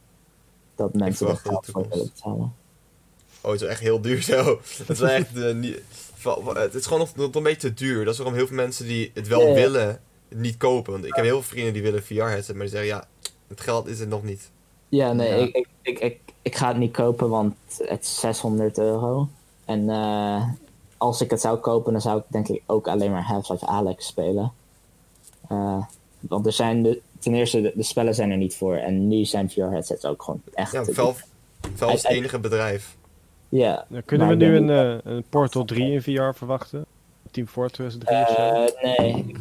Dat mensen er verwacht de geld voor toekomst. willen betalen. Oh, het is wel echt heel duur zo. Het is wel echt... het is gewoon nog een beetje te duur. Dat is waarom heel veel mensen die het wel Ja. willen, het niet kopen. Want ik heb heel veel vrienden die willen VR-headset, maar die zeggen ja, het geld is er nog niet. Ja, nee, Ja. ik ga het niet kopen, want het is €600. En als ik het zou kopen, dan zou ik denk ik ook alleen maar Half-Life Alex spelen. Want er zijn ten eerste, de spellen zijn er niet voor. En nu zijn VR-headsets ook gewoon echt... Ja, Valve is het enige bedrijf. Ja. Ja, kunnen Maar we ik nu denk een Portal 3 in VR verwachten? Team Fortress 3 of zo? Nee.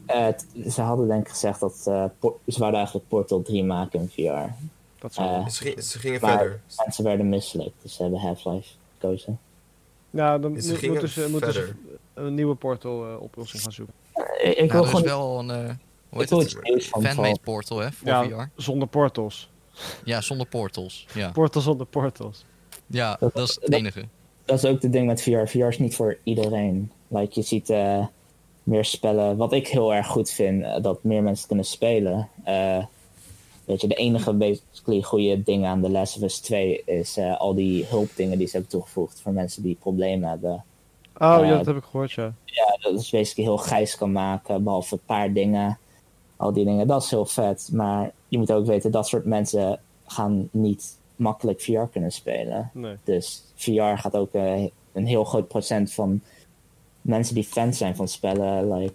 Ze hadden denk ik gezegd dat ze wouden eigenlijk Portal 3 maken in VR. Dat zou... Ze gingen maar- verder. Mensen werden misselijk, dus ze hebben Half-Life gekozen. Ja, dan Ze gingen moeten ze verder. een nieuwe Ik Portal-oplossing gaan zoeken. wil Nou, er is gewoon wel een hoe ik heet wil het? iets nieuws van Fanmade Valve. portal hè, voor Ja, VR. zonder portals. Ja, zonder portals. Ja, Portals zonder portals. ja Dat- dat is het dat- enige. Dat is ook het ding met VR. VR is niet voor iedereen. Like, je ziet meer spellen. Wat ik heel erg goed vind, dat meer mensen kunnen spelen. Weet je, de enige basically goede ding aan The Last of Us 2 is al die hulpdingen die ze hebben toegevoegd voor mensen die problemen hebben. Oh ja, dat heb ik gehoord, ja. Ja, dat is basically heel grijs kan maken, behalve een paar dingen. Al die dingen, dat is heel vet. Maar je moet ook weten, dat soort mensen gaan niet makkelijk VR kunnen spelen. Nee. Dus VR gaat ook een heel groot procent van mensen die fans zijn van spellen,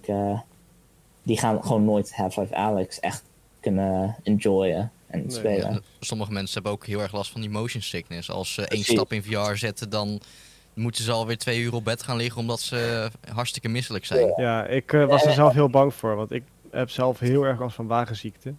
die gaan gewoon nooit Half-Life Alex echt kunnen enjoyen en Nee. spelen. Ja, sommige mensen hebben ook heel erg last van die motion sickness. Als ze één Precies. stap in VR zetten, dan moeten ze alweer 2 uur op bed gaan liggen omdat ze hartstikke misselijk zijn. Ja, ik was er zelf heel bang voor, want ik heb zelf heel erg last van wagenziekte.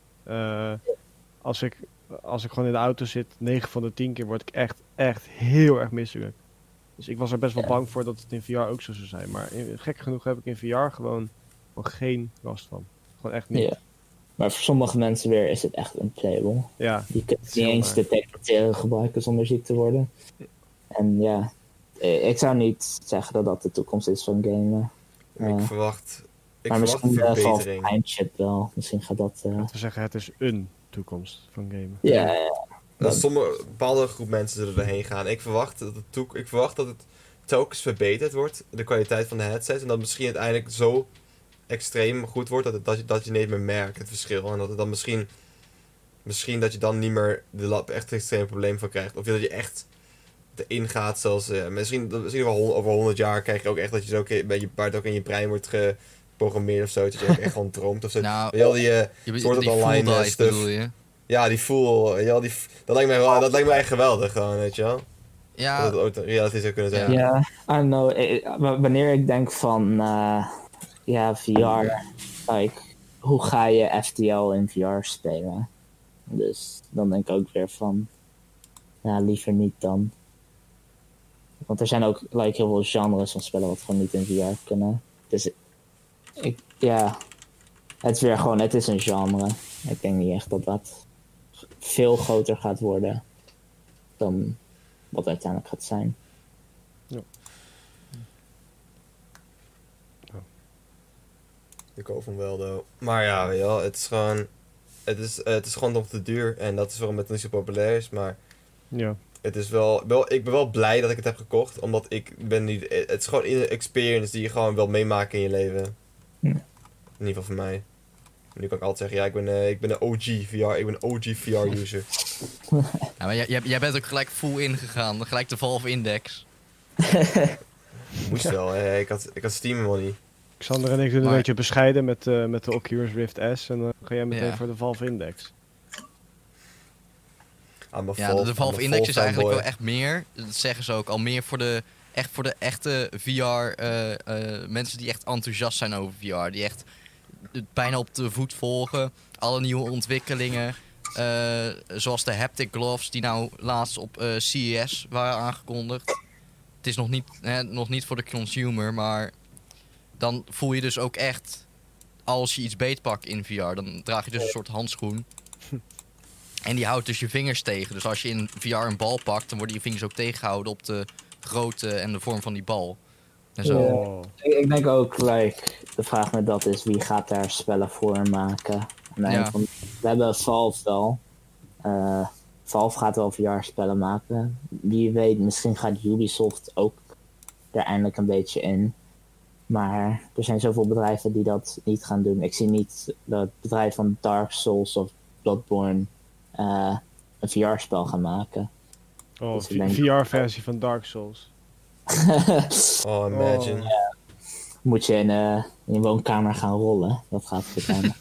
Als ik gewoon in de auto zit, 9 van de 10 keer word ik echt heel erg misselijk. Dus ik was er best wel Ja. bang voor dat het in VR ook zo zou zijn. Maar gek genoeg heb ik in VR gewoon geen last van. Gewoon echt niet. Ja. Maar voor sommige mensen weer is het echt unplayable. Ja, Die kunnen is niet heel eens waar. de teleporteren gebruiken zonder ziek te worden. En ja, ik zou niet zeggen dat dat de toekomst is van gamen. Ik verwacht Maar een misschien Valve verbetering. Mindship wel. Misschien gaat dat... laten we zeggen, het is een toekomst van gamen. ja. Dat sommige bepaalde groep mensen zullen erheen gaan. Ik verwacht dat het telkens verbeterd wordt, de kwaliteit van de headset. En dat misschien uiteindelijk zo extreem goed wordt dat je niet meer merkt het verschil. En dat het dan misschien dat je dan niet meer de lab echt extreem probleem van krijgt. Of dat je echt erin gaat zoals... misschien wel over 100 jaar krijg je ook echt dat je zo waar het ook in je brein wordt geprogrammeerd of zo. Dat je ook echt gewoon droomt of zo. Nou, Weet je wel, die je soort die het full online dive stuff. bedoel je? Ja, die voel, ja, dat lijkt me echt geweldig gewoon, weet je wel. Ja, Dat het ooit een reality zou kunnen zijn. Ja, I don't know. Wanneer ik denk van VR, like, hoe ga je FTL in VR spelen? Dus dan denk ik ook weer van, ja, liever niet dan. Want er zijn ook like, heel veel genres van spellen wat gewoon niet in VR kunnen. Dus het is weer gewoon, het is een genre. Ik denk niet echt dat dat veel groter gaat worden dan wat uiteindelijk gaat zijn. Ik hoop hem wel, though. Maar ja, weet je wel, het is gewoon nog te duur. En dat is waarom het niet zo populair is. Maar Ja. het is ik ben wel blij dat ik het heb gekocht. Omdat het is gewoon een experience die je gewoon wil meemaken in je leven. Ja. In ieder geval voor mij. Nu kan ik altijd zeggen, ja, ik ben een OG VR, ik ben een OG VR-user. Ja, maar jij bent ook gelijk full ingegaan. Gelijk de Valve Index. Moest wel, hè. Ik had Steam helemaal niet. Xander en ik doen Maar- een beetje bescheiden met de Oculus Rift S. En dan ga jij meteen Ja. voor de Valve Index. Ja, de Valve Index is eigenlijk wel echt meer. Dat zeggen ze ook al meer voor de echte VR. Mensen die echt enthousiast zijn over VR. Die echt het bijna op de voet volgen. Alle nieuwe ontwikkelingen. Zoals de haptic gloves die nou laatst op CES waren aangekondigd. Het is nog niet voor de consumer, maar dan voel je dus ook echt, als je iets beetpakt in VR, dan draag je dus een soort handschoen. En die houdt dus je vingers tegen. Dus als je in VR een bal pakt, dan worden je vingers ook tegengehouden op de grootte en de vorm van die bal. En zo. Ja. Oh. Ik denk ook, de vraag met dat is, wie gaat daar spellen voor maken? En Ja. we hebben Valve wel. Valve gaat wel VR-spellen maken. Wie weet, misschien gaat Ubisoft ook er eindelijk een beetje in. Maar er zijn zoveel bedrijven die dat niet gaan doen. Ik zie niet dat het bedrijf van Dark Souls of Bloodborne een VR-spel gaan maken. Oh, Dus ik denk- VR-versie van Dark Souls. Oh, imagine. Moet je in je woonkamer gaan rollen. Dat gaat goed aan.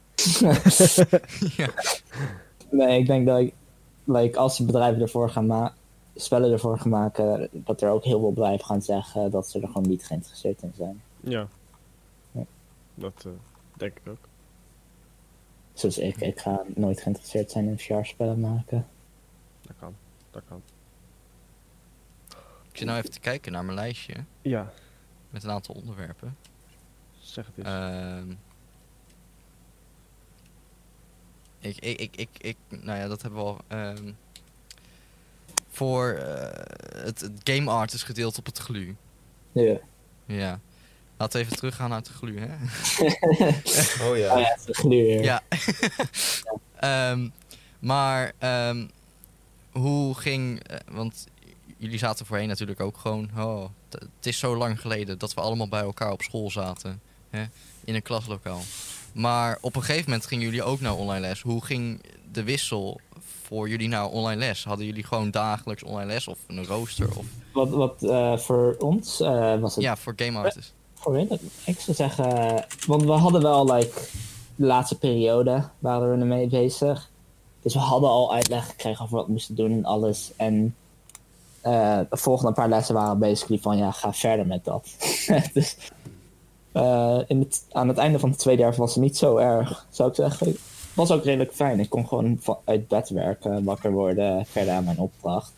Ja. Nee, ik denk dat als die bedrijven ervoor gaan spellen ervoor gaan maken, dat er ook heel veel bedrijven gaan zeggen dat ze er gewoon niet geïnteresseerd in zijn. Ja. Ja. Dat denk ik ook. Zoals ik ga nooit geïnteresseerd zijn in VR-spellen maken. Dat kan. Dat kan. Ik zit nou even te kijken naar mijn lijstje Ja, met een aantal onderwerpen. zeg het eens. Nou ja, dat hebben we al. Voor het game artist gedeelte op het GLU. Ja. Ja. Laten we even teruggaan naar het GLU, hè? Oh ja. Oh ja, het is een gluur. Ja. Hoe ging... want jullie zaten voorheen natuurlijk ook gewoon... Oh, het is zo lang geleden dat we allemaal bij elkaar op school zaten. Hè? In een klaslokaal. Maar op een gegeven moment gingen jullie ook naar online les. Hoe ging de wissel voor jullie naar online les? Hadden jullie gewoon dagelijks online les of een rooster? Of... Wat voor ons was het... Ja, voor game artists. Voor weet ik zou zeggen... Want we hadden wel, de laatste periode waren we ermee bezig. Dus we hadden al uitleg gekregen over wat we moesten doen en alles. En de volgende paar lessen waren basically van, ja, ga verder met dat. Dus aan het einde van het tweede jaar was het niet zo erg, zou ik zeggen. Het was ook redelijk fijn. Ik kon gewoon uit bed werken, wakker worden, verder aan mijn opdracht.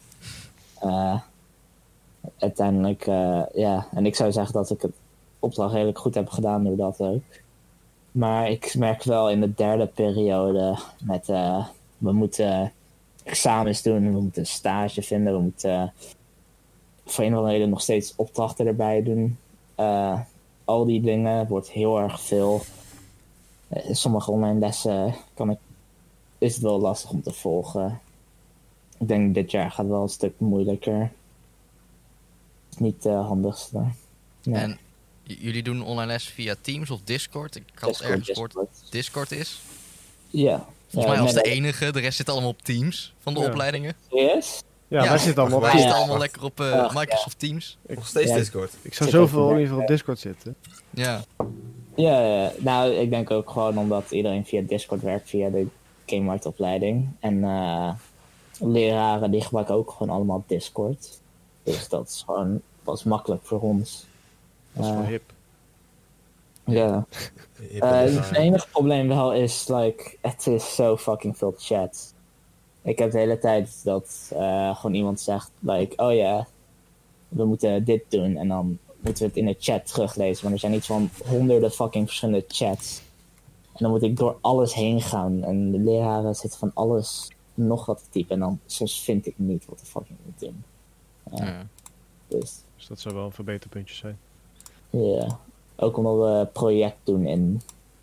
Uiteindelijk, ja. En ik zou zeggen dat ik het opdracht redelijk goed heb gedaan door dat ook. Maar ik merk wel in de derde periode met... we moeten examens doen, we moeten stage vinden, we moeten voor een of andere reden nog steeds opdrachten erbij doen. Al die dingen wordt heel erg veel. Sommige online lessen is het wel lastig om te volgen. Ik denk dit jaar gaat wel een stuk moeilijker. Het is niet de handigste. Nee. En jullie doen online les via Teams of Discord? Ik had ergens gehoord dat Discord is. Ja. Volgens mij als de enige, de rest zit allemaal op Teams van de Ja. opleidingen. Yes? Ja, wij zitten allemaal Wij op. zitten Ja. allemaal lekker op Ja. Microsoft Teams. Nog steeds Ja. Discord. Ik zou Zit zoveel ook in ieder geval op Discord zitten. Ja. Ja, nou, ik denk ook gewoon omdat iedereen via Discord werkt, via de Game Art opleiding. En leraren die gebruiken ook gewoon allemaal Discord. Dus dat is gewoon pas makkelijk voor ons. Dat is wel hip. Ja. Het enige probleem wel is, het is zo fucking veel chat. Ik heb de hele tijd dat gewoon iemand zegt, oh ja, we moeten dit doen. En dan moeten we het in de chat teruglezen. Maar er zijn iets van honderden fucking verschillende chats. En dan moet ik door alles heen gaan. En de leraren zitten van alles nog wat te typen. En dan soms vind ik niet wat de fuck ik moet doen. Ja. Dus Dus dat zou wel een verbeterpuntje zijn. ja. Ook omdat we een project doen in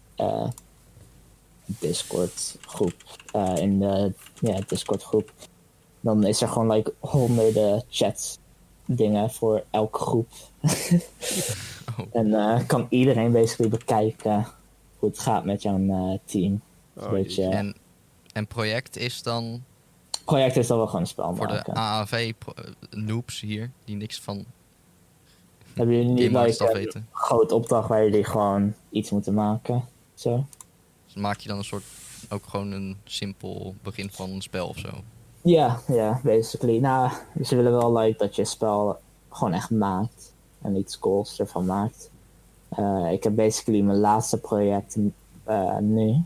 Discord groep. In de Discord groep. Dan is er gewoon honderden chats dingen voor elke groep. Oh. En kan iedereen basically bekijken hoe het gaat met jouw team. Oh, Een beetje, En project is dan project is dat we gewoon een spel voor maken. de AAV-noobs hier, die niks van Hebben jullie niet Game Arts af een weten. grote opdracht waar jullie gewoon iets moeten maken? Zo? Dus maak je dan een soort, ook gewoon een simpel begin van een spel of zo. Ja, basically. Nou, ze willen wel dat je het spel gewoon echt maakt. En iets cools ervan maakt. Ik heb basically mijn laatste project nu.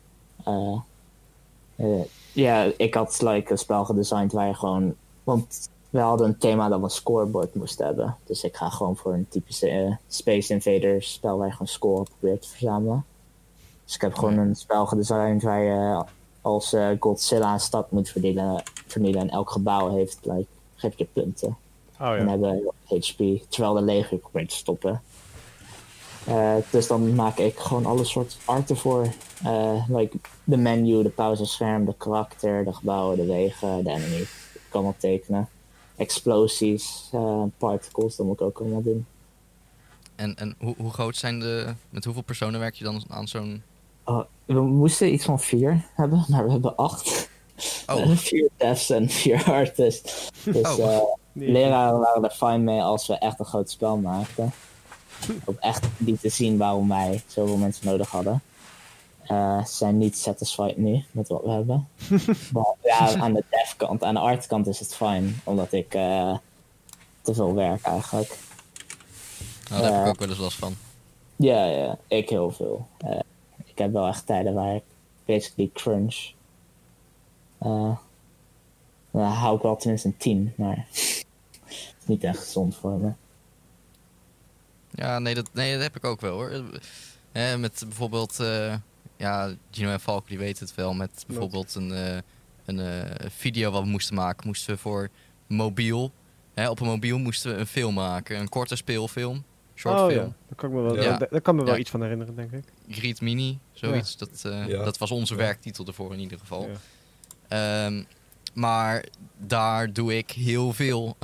Ik had een spel gedesigned waar je gewoon... Want we hadden een thema dat we een scoreboard moesten hebben. Dus ik ga gewoon voor een typische Space Invaders spel waar je gewoon score probeert te verzamelen. Dus ik heb gewoon een spel gedesigned waar je als Godzilla een stad moet vernielen en elk gebouw heeft, geef je punten. Oh En ja. hebben HP, terwijl de leger probeert te stoppen. Dus dan maak ik gewoon alle soort art ervoor. De menu, de pauzescherm, de karakter, de gebouwen, de wegen, de enemy. Ik kan wat tekenen. Explosies, particles, dat moet ik ook allemaal doen. En hoe groot zijn met hoeveel personen werk je dan aan zo'n... We moesten iets van 4 hebben, maar we hebben 8. Oh, 4 devs en 4 artists. Dus leraren waren er fijn mee als we echt een groot spel maakten. Om echt niet te zien waarom wij zoveel mensen nodig hadden. Ze zijn niet satisfied nu met wat we hebben. Maar ja, aan de dev kant, aan de art kant is het fijn. Omdat ik te veel werk eigenlijk. nou, daar heb ik ook wel eens last van. Ja, ik heel veel. Ik heb wel echt tijden waar ik basically crunch. Dan hou ik wel tenminste een 10, maar niet echt gezond voor me. Ja, nee, dat heb ik ook wel hoor. Met bijvoorbeeld, Gino en Falk die weten het wel. Met bijvoorbeeld een video wat we moesten maken. Moesten we voor mobiel. Op een mobiel moesten we een film maken. Een korte speelfilm. Short Oh film. ja, daar kan ik me wel, Ja. daar kan me wel Ja. iets van herinneren, denk ik. Greet Mini, zoiets. Ja. Dat was onze werktitel ervoor in ieder geval. Ja. Maar daar doe ik heel veel.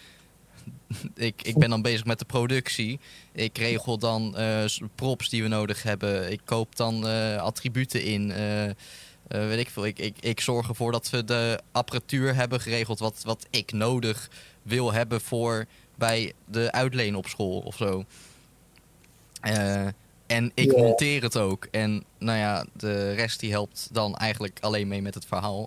Ik ben dan bezig met de productie. Ik regel dan props die we nodig hebben. Ik koop dan attributen in. Weet ik veel. Ik zorg ervoor dat we de apparatuur hebben geregeld wat ik nodig wil hebben voor bij de uitleen op school of zo. En ik monteer het ook. En nou ja, de rest die helpt dan eigenlijk alleen mee met het verhaal.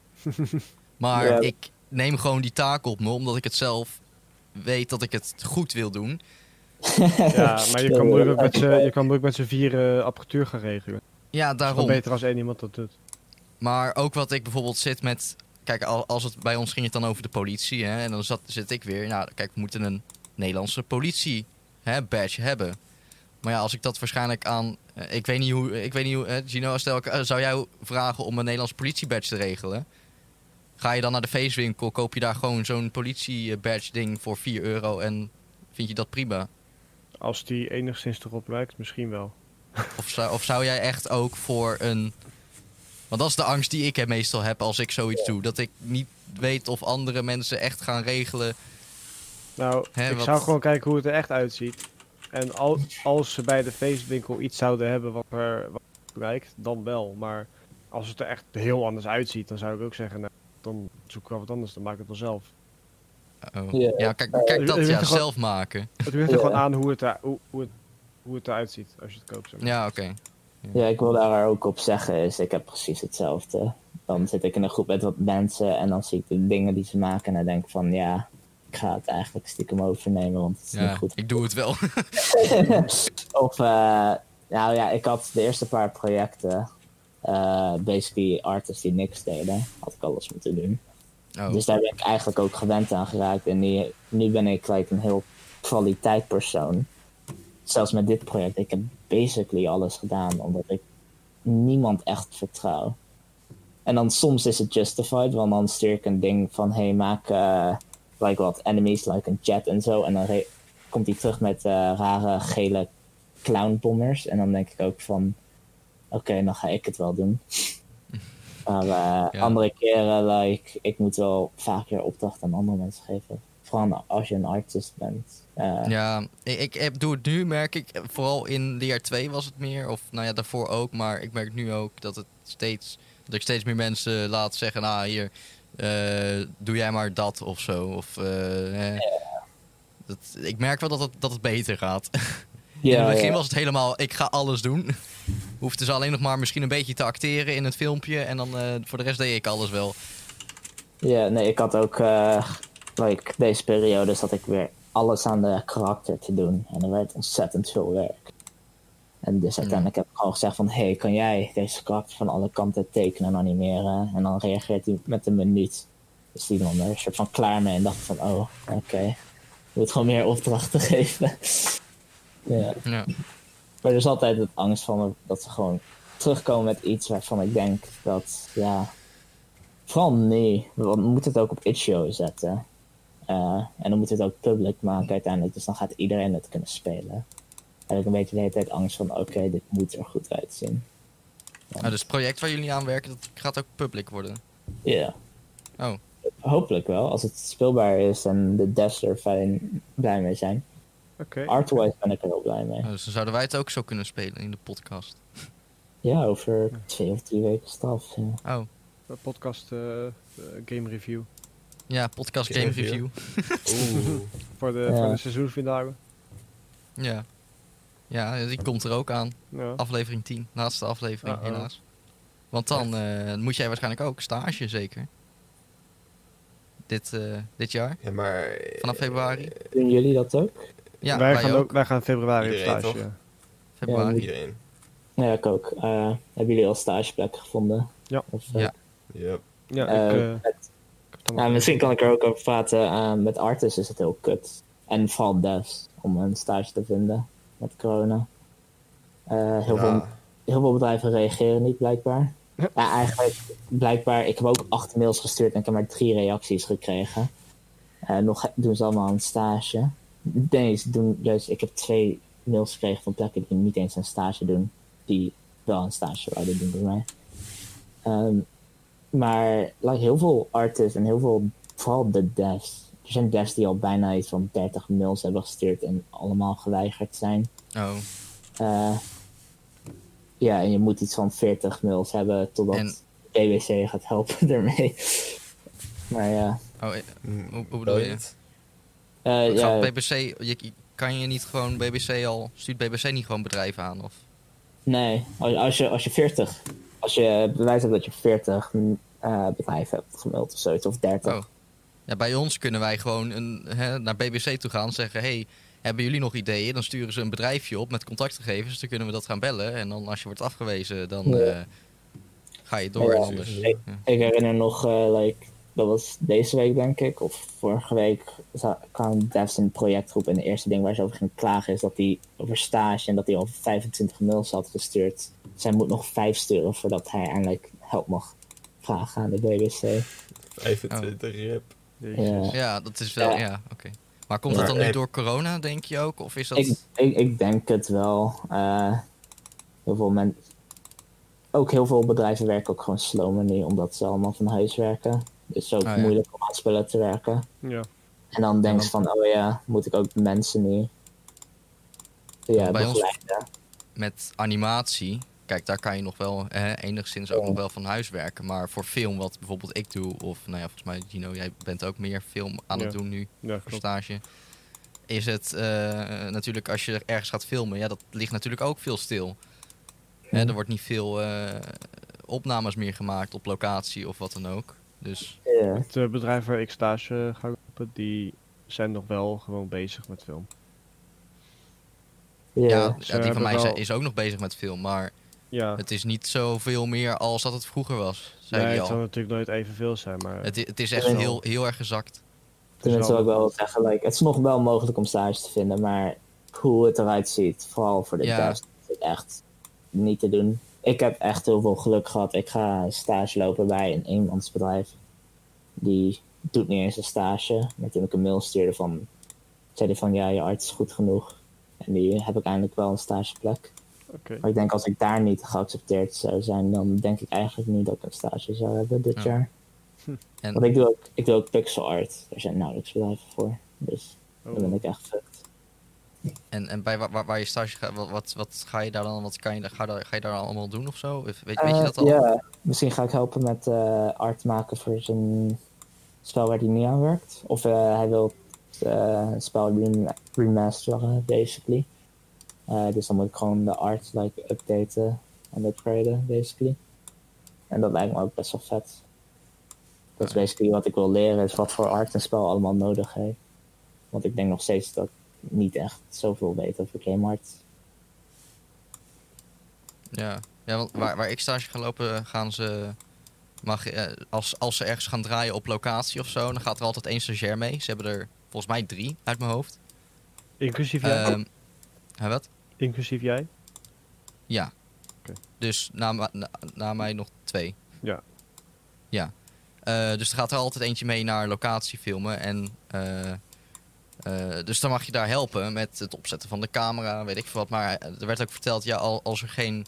Maar ik neem gewoon die taak op me, omdat ik het zelf weet dat ik het goed wil doen. Ja, maar je kan moeilijk met z'n 4 apparatuur gaan regelen. Ja, Het is daarom. wel beter als één iemand dat doet. Maar ook wat ik bijvoorbeeld zit met... Kijk, als het bij ons ging het dan over de politie, hè, en dan zit ik weer... Nou, kijk, we moeten een Nederlandse politie badge hebben. Maar ja, als ik dat waarschijnlijk aan... ik weet niet hoe Gino, zou jij vragen om een Nederlandse politiebadge te regelen? Ga je dan naar de feestwinkel, koop je daar gewoon zo'n politiebadge ding voor €4 en vind je dat prima? Als die enigszins erop lijkt, misschien wel. Of zou jij echt ook voor een... Want dat is de angst die ik meestal heb als ik zoiets doe. Dat ik niet weet of andere mensen echt gaan regelen. Nou, ik zou gewoon kijken hoe het er echt uitziet. En als ze bij de feestwinkel iets zouden hebben wat er lijkt, dan wel. Maar als het er echt heel anders uitziet, dan zou ik ook zeggen, nou, dan zoek ik wel wat anders, dan maak ik het wel zelf. Ja, kijk dat ja, zelf maken. Het ligt er gewoon aan hoe het eruit ziet als je het koopt. Zeg maar. Ja, oké. Ja, ik wil daar ook op zeggen, is ik heb precies hetzelfde. Dan zit ik in een groep met wat mensen en dan zie ik de dingen die ze maken en dan denk ik van ja, ik ga het eigenlijk stiekem overnemen, want het is niet goed. Ik doe het wel. Of, nou ja, ik had de eerste paar projecten, basically artists die niks deden, had ik alles moeten doen. Oh. Dus daar ben ik eigenlijk ook gewend aan geraakt en nu ben ik een heel kwaliteitpersoon. Zelfs met dit project, ik heb basically alles gedaan, omdat ik niemand echt vertrouw. En dan soms is het justified, want dan stuur ik een ding van, hey, maak wat enemies, een jet en zo. En dan komt hij terug met rare gele clownbombers. En dan denk ik ook van, oké, dan ga ik het wel doen. Maar andere keren, ik moet wel vaker opdrachten aan andere mensen geven. vooral als je een artist bent. Ja, ik doe het nu, merk ik. Vooral in leer 2 was het meer. Of nou ja, daarvoor ook. Maar ik merk nu ook dat ik steeds meer mensen laat zeggen... Nou, hier, doe jij maar dat of zo. Of, ik merk wel dat het beter gaat. In het begin was het helemaal, ik ga alles doen. Hoefde ze alleen nog maar misschien een beetje te acteren in het filmpje. En dan voor de rest deed ik alles wel. Ja, nee, ik had ook deze periode zat ik weer alles aan de karakter te doen. En er werd ontzettend veel werk. En dus uiteindelijk heb ik gewoon gezegd van... Hey, kan jij deze karakter van alle kanten tekenen en animeren? En dan reageert hij met een minuut. Dus die man er een soort van klaar mee en dacht van... Oh, oké. Je moet gewoon meer opdrachten geven. Ja. Maar er is altijd het angst van dat ze gewoon terugkomen met iets waarvan ik denk dat... Ja, vooral nee. We moeten het ook op itch.io zetten. En dan moeten we het ook public maken uiteindelijk. Dus dan gaat iedereen het kunnen spelen. Heb ik een beetje de hele tijd angst van... Oké, dit moet er goed uitzien. Dus het project waar jullie aan werken, dat gaat ook public worden? Ja. Oh. Hopelijk wel. Als het speelbaar is en de devs er fijn blij mee zijn. Oké. Artwise ben ik er heel blij mee. Dus dan zouden wij het ook zo kunnen spelen in de podcast. Ja, over 2 of 3 weken straf. Ja. Oh. Podcast game review. Ja, podcast Game game review. Oeh. Voor de seizoensfinale. Ja. Ja, die komt er ook aan. Ja. Aflevering 10. Laatste aflevering, Uh-oh. helaas. Want dan moet jij waarschijnlijk ook stage, zeker? Dit jaar? Ja, maar... Vanaf februari? Doen jullie dat ook? Ja, wij gaan februari op Iedereen, stage. toch? Ja. Februari. Iedereen. Ja, ik ook. Hebben jullie al stageplekken gevonden? Ja. Of, Ja. Yep. Ja, misschien kan ik er ook over praten. Met artists is het heel kut. En vooral devs om een stage te vinden met corona. Heel veel bedrijven reageren niet, blijkbaar. Ja, eigenlijk, blijkbaar, ik heb ook 8 mails gestuurd en ik heb maar 3 reacties gekregen. Nog doen ze allemaal een stage. Ik heb 2 mails gekregen van plekken die niet eens een stage doen, die wel een stage zouden doen bij mij. Maar heel veel artists en heel veel, vooral de devs. Er zijn devs die al bijna iets van 30 mails hebben gestuurd en allemaal geweigerd zijn. Oh. Ja, en je moet iets van 40 mails hebben totdat BBC gaat helpen ermee. Maar ja. Oh, hoe bedoel je? Ja, BBC, kan je niet gewoon stuurt BBC niet gewoon bedrijven aan? Of? Nee, als je bewijs hebt dat je 40 bedrijven hebt gemaild of zoiets, of 30. Oh. Ja, bij ons kunnen wij gewoon naar BBC toe gaan en zeggen... Hey, hebben jullie nog ideeën? Dan sturen ze een bedrijfje op met contactgegevens. Dan kunnen we dat gaan bellen. En dan als je wordt afgewezen, dan ga je door. Ja, En anders. Ik herinner nog, dat was deze week denk ik, of vorige week kwamen devs in een projectgroep. En het eerste ding waar ze over ging klagen is dat hij over stage en dat hij al 25 mails had gestuurd. Zij moet nog 5 sturen voordat hij eindelijk help mag vragen aan de BBC. 25 rip. Ja, dat is wel, oké. Maar komt dat dan nu door corona, denk je ook? Of is dat... Ik denk het wel. Heel veel bedrijven werken ook gewoon slow nu, omdat ze allemaal van huis werken. Dus het is ook moeilijk om aan spullen te werken. Ja. En dan denk je van, oh ja, moet ik ook mensen nu begeleiden. Met animatie, kijk, daar kan je nog wel enigszins ook nog wel van huis werken. Maar voor film, wat bijvoorbeeld ik doe, of nou ja, volgens mij, Gino, jij bent ook meer film aan het doen nu, voor stage. Is het natuurlijk, als je ergens gaat filmen, ja, dat ligt natuurlijk ook veel stil. Er wordt niet veel opnames meer gemaakt op locatie of wat dan ook. Dus... Het bedrijf waar ik stage ga lopen, die zijn nog wel gewoon bezig met film. Ja, die van mij is ook nog bezig met film, maar het is niet zoveel meer als dat het vroeger was. Het zal natuurlijk nooit evenveel zijn, maar... Het is echt heel erg gezakt. Tenminste wil ik wel zeggen, het is nog wel mogelijk om stage te vinden, maar hoe het eruit ziet, vooral voor de devs, is het echt niet te doen. Ik heb echt heel veel geluk gehad. Ik ga stage lopen bij een eenmansbedrijf. Die doet niet eens een stage. Maar toen ik een mail stuurde zei hij van ja, je arts is goed genoeg. En die heb ik eindelijk wel een stageplek. Okay. Maar ik denk als ik daar niet geaccepteerd zou zijn, dan denk ik eigenlijk niet dat ik een stage zou hebben dit jaar. En, Want ik doe ook pixel art. Daar zijn nauwelijks bedrijven voor. Dus dan ben ik echt fucked. en bij waar je stage gaat, wat ga je daar dan, ga je daar allemaal doen of zo? Weet je dat al? Ja, misschien ga ik helpen met art maken voor zijn spel waar hij niet aan werkt. Of hij wil het spel remasteren, basically. Dus dan moet ik gewoon de art updaten en upgraden, basically. En dat lijkt me ook best wel vet. Dat is basically wat ik wil leren, is wat voor art een spel allemaal nodig heeft. Want ik denk nog steeds dat ik niet echt zoveel weet over game art. Ja, want waar ik stage ga lopen, gaan ze... als ze ergens gaan draaien op locatie of zo, dan gaat er altijd één stagiair mee. Ze hebben er volgens mij 3 uit mijn hoofd. Inclusief jij? Wat? Inclusief jij? Ja. Oké. Dus na mij nog 2. Ja. Ja. Dus er gaat er altijd eentje mee naar locatie filmen. En dus dan mag je daar helpen met het opzetten van de camera, weet ik veel wat. Maar er werd ook verteld, ja, als er geen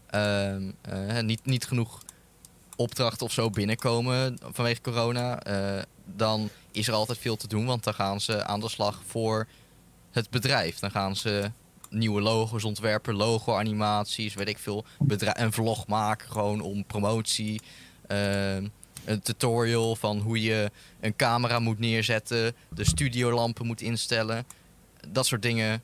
niet genoeg opdrachten of zo binnenkomen vanwege corona, dan is er altijd veel te doen. Want dan gaan ze aan de slag voor het bedrijf. Dan gaan ze nieuwe logo's ontwerpen, logo-animaties, weet ik veel. Een vlog maken gewoon om promotie. Een tutorial van hoe je een camera moet neerzetten, de studiolampen moet instellen. Dat soort dingen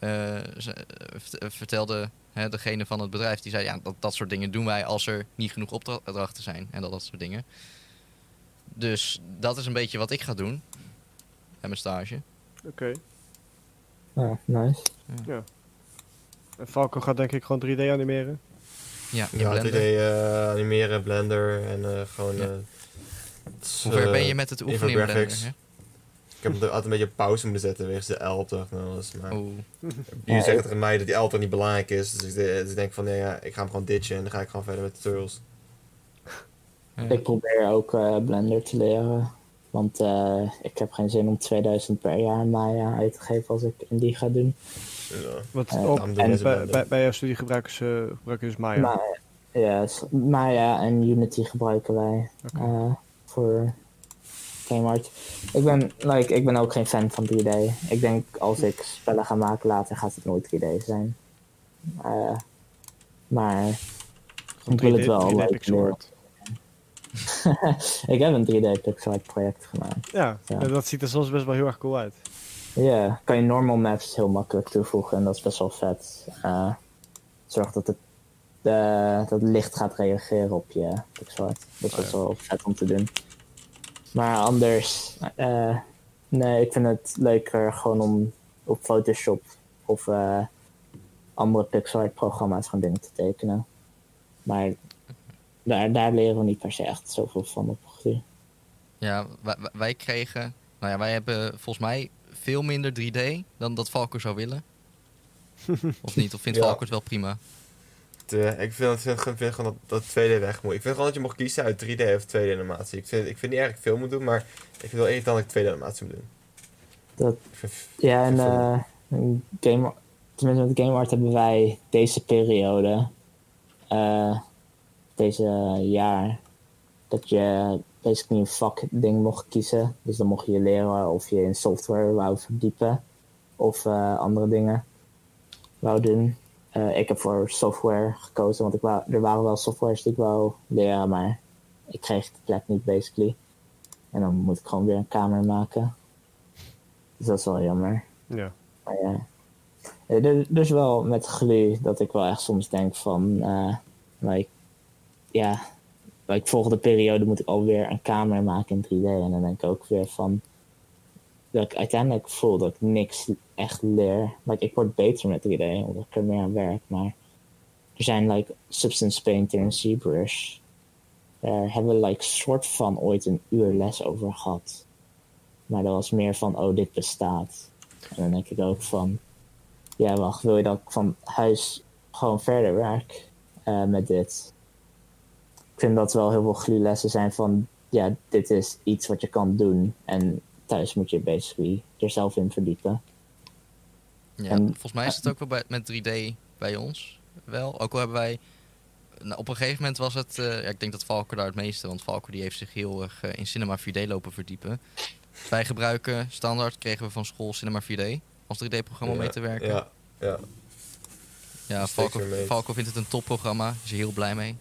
vertelde degene van het bedrijf. Die zei, ja, dat soort dingen doen wij als er niet genoeg opdrachten zijn. En dat soort dingen. Dus dat is een beetje wat ik ga doen. En mijn stage. Oké. Ja, nice. En Falco gaat denk ik gewoon 3D animeren. Ja, in Ja, Blender. 3D animeren, Blender en gewoon... Ja. Hoe ver ben je met het oefenen in Blender? infographics. Hè? Ik heb hem er altijd een beetje op pauze moeten zetten wegens de L-opdracht en alles. Maar Oeh. jullie zeggen tegen mij dat die L-opdracht niet belangrijk is. Dus ik denk van, nee, ja, ik ga hem gewoon ditchen en dan ga ik gewoon verder met tutorials. Ja. Ik probeer ook Blender te leren. Want ik heb geen zin om 2000 per jaar Maya uit te geven als ik die ga doen. Ja. Wat Ja, ook, daarom doen mensen Blender. bij jouw studie gebruiken ze dus Maya. Maar, ja, Maya en Unity gebruiken wij voor game art. Ik ben ook geen fan van 3D. Ik denk als ik spellen ga maken later gaat het nooit 3D zijn. Maar ik wil het wel 3D leuk pixel leren. art. Ik heb een 3D pixel art project gemaakt. Ja, Ja. en dat ziet er soms best wel heel erg cool uit. Ja, kan je normal maps heel makkelijk toevoegen en dat is best wel vet. Zorg dat het licht gaat reageren op je pixel art. Dat is best wel vet om te doen. Maar anders, nee, ik vind het leuker gewoon om op Photoshop of andere pixel art programma's gewoon dingen te tekenen. Maar daar leren we niet per se echt zoveel van op GLU. Ja, wij kregen... Nou ja, wij hebben volgens mij veel minder 3D dan dat Falco zou willen. Of niet? Of vindt Ja. Falco het wel prima? Ik vind gewoon dat 2D weg moet. Ik vind gewoon dat je mag kiezen uit 3D of 2D animatie. Ik vind niet erg veel moet doen, maar ik vind wel irritant dat ik 2D animatie moet doen. Dat, Ik vind- ja, en tenminste met game art hebben wij deze periode, deze jaar, dat je basically een vakding mocht kiezen. Dus dan mocht je leren of je in software wou verdiepen of andere dingen wou doen. Ik heb voor software gekozen, want er waren wel softwares die ik wou leren, maar ik kreeg de plek niet basically. En dan moet ik gewoon weer een kamer maken. Dus dat is wel jammer. Ja. Maar ja. Dus wel met GLU dat ik wel echt soms denk van... volgende periode moet ik alweer een kamer maken in 3D. En dan denk ik ook weer van... Dat ik uiteindelijk voel dat ik niks echt leer. Ik word beter met 3D, omdat ik er meer aan werk. Maar er zijn Substance Painter en ZBrush. Daar hebben we soort van ooit een uur les over gehad. Maar dat was meer van, dit bestaat. En dan denk ik ook van... Ja, wacht, wil je dat ik van huis gewoon verder werk met dit? Ik vind dat wel heel veel GLU-lessen zijn van... Ja, dit is iets wat je kan doen. En thuis moet je basically jezelf in verdiepen. Ja, En- volgens mij is het ook wel met 3D bij ons wel. Ook al hebben wij op een gegeven moment was het... ja, ik denk dat Valker daar het meeste... Want Valker die heeft zich heel erg in Cinema 4D lopen verdiepen. Wij gebruiken standaard, kregen we van school Cinema 4D. Als 3D-programma mee te werken. Ja. Ja, Valko vindt het een topprogramma. Is er heel blij mee.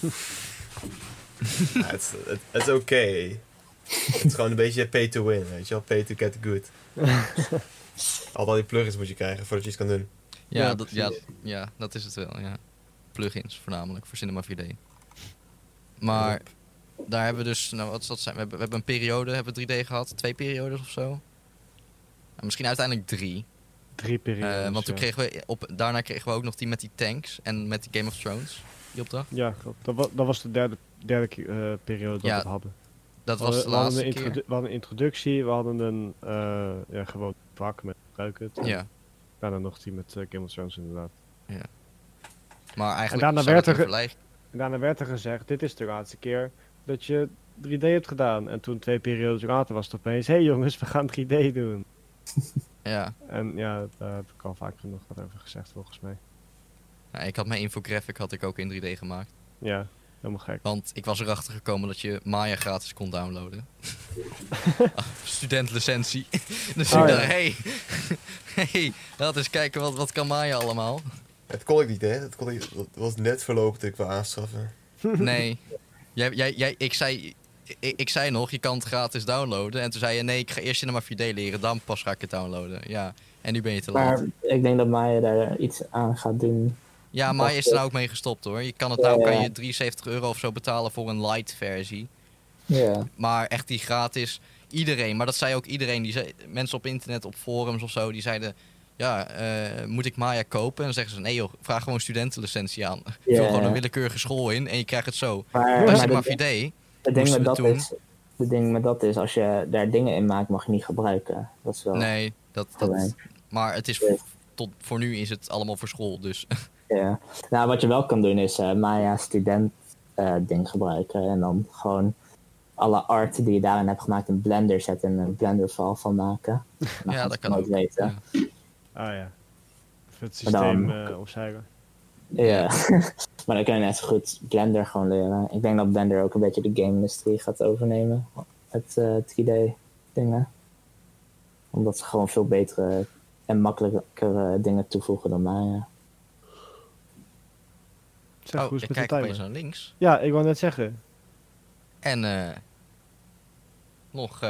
Het is oké. Het is gewoon een beetje pay to win, weet je wel. Pay to get good. Al die plugins moet je krijgen voordat je iets kan doen. Ja, dat is het wel, ja. Plugins voornamelijk, voor Cinema 4D. Maar daar hebben we dus... Nou, wat zal het zijn? We hebben een periode, hebben we 3D gehad. 2 periodes of zo. Nou, misschien uiteindelijk 3. 3 periodes, want toen kregen we daarna kregen we ook nog die met die tanks en met die Game of Thrones, die opdracht. Ja, klopt. Dat was de derde periode dat we hadden. Dat was de laatste keer. We hadden een introductie, we hadden een gewoon vak met gebruik het. Ja. Daarna nog die met Game of Thrones inderdaad. Ja. Maar eigenlijk en daarna werd er gezegd, dit is de laatste keer dat je 3D hebt gedaan. En toen 2 periodes later was het opeens, hé jongens, we gaan 3D doen. Ja. En ja, daar heb ik al vaak genoeg wat over gezegd volgens mij. Ja, ik had mijn infographic ook in 3D gemaakt. Ja, helemaal gek. Want ik was erachter gekomen dat je Maya gratis kon downloaden. Studentlicentie. Dus ik dacht, hey, laten eens kijken wat kan Maya allemaal. Het kon ik niet, hè. Dat was net verlopen dat ik wil aanschaffen. Nee. Ik zei nog, je kan het gratis downloaden. En toen zei je, nee, ik ga eerst Cinema 4D leren, dan pas ga ik het downloaden. Ja, en nu ben je te laat. Maar ik denk dat Maya daar iets aan gaat doen. Ja, Maya is er nou ook mee gestopt hoor. Je kan het kan je €73 of zo betalen voor een light versie. Ja. Maar echt die gratis, iedereen, maar dat zei ook iedereen, mensen op internet, op forums of zo, die zeiden... Ja, moet ik Maya kopen? En dan zeggen ze, nee joh, vraag gewoon studentenlicentie aan. Vul gewoon een willekeurige school in en je krijgt het zo. Maar Cinema 4D... Het ding met dat is, als je daar dingen in maakt, mag je niet gebruiken. Dat is wel... Nee, maar het is voor nu is het allemaal voor school, dus... Ja. Nou, wat je wel kan doen is Maya student ding gebruiken. En dan gewoon alle art die je daarin hebt gemaakt in Blender zetten en een Blender file van maken. Ja, dat kan ook. Weten. Ja. Ah ja. Even het systeem opzeilen. Ja, maar dan kan je net zo goed Blender gewoon leren. Ik denk dat Blender ook een beetje de game-industrie gaat overnemen. Het 3D-dingen. Omdat ze gewoon veel betere en makkelijkere dingen toevoegen dan Maya. Zeg, hoe is het met ik de kijk opeens timer? naar links. Ja, ik wou net zeggen. En nog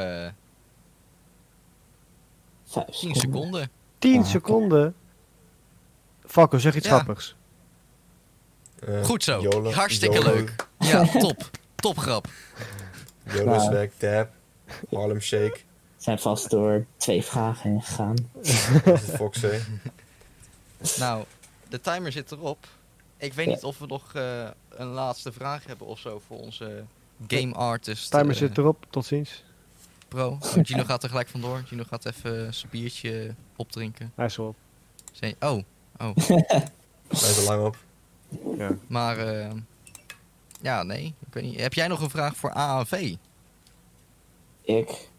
10 seconden. 10 seconden? Falco, zeg iets grappigs. Goed zo. Hartstikke leuk. Ja, top grap. YOLO Swag, Dab, Harlem Shake. Zijn vast door 2 vragen heen gegaan. Foxy. Nou, de timer zit erop. Ik weet niet of we nog een laatste vraag hebben of zo voor onze game artist. Timer zit erop, tot ziens. Pro. Gino gaat er gelijk vandoor. Gino gaat even zijn biertje opdrinken. Hij is erop. Oh. Hij is er lang op. Ja. Maar, ja, nee. Ik weet niet. Heb jij nog een vraag voor AAV? Ik?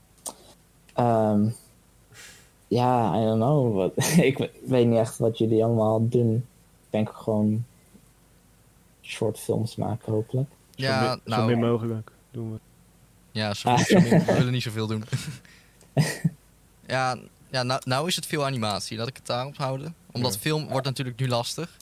Ja, I don't know. Ik weet niet echt wat jullie allemaal doen. Ik denk gewoon short films maken, hopelijk. Zo min mogelijk doen we. Ja, we willen niet zoveel doen. ja, nou is het veel animatie. Laat ik het daarop houden. Omdat film wordt natuurlijk nu lastig.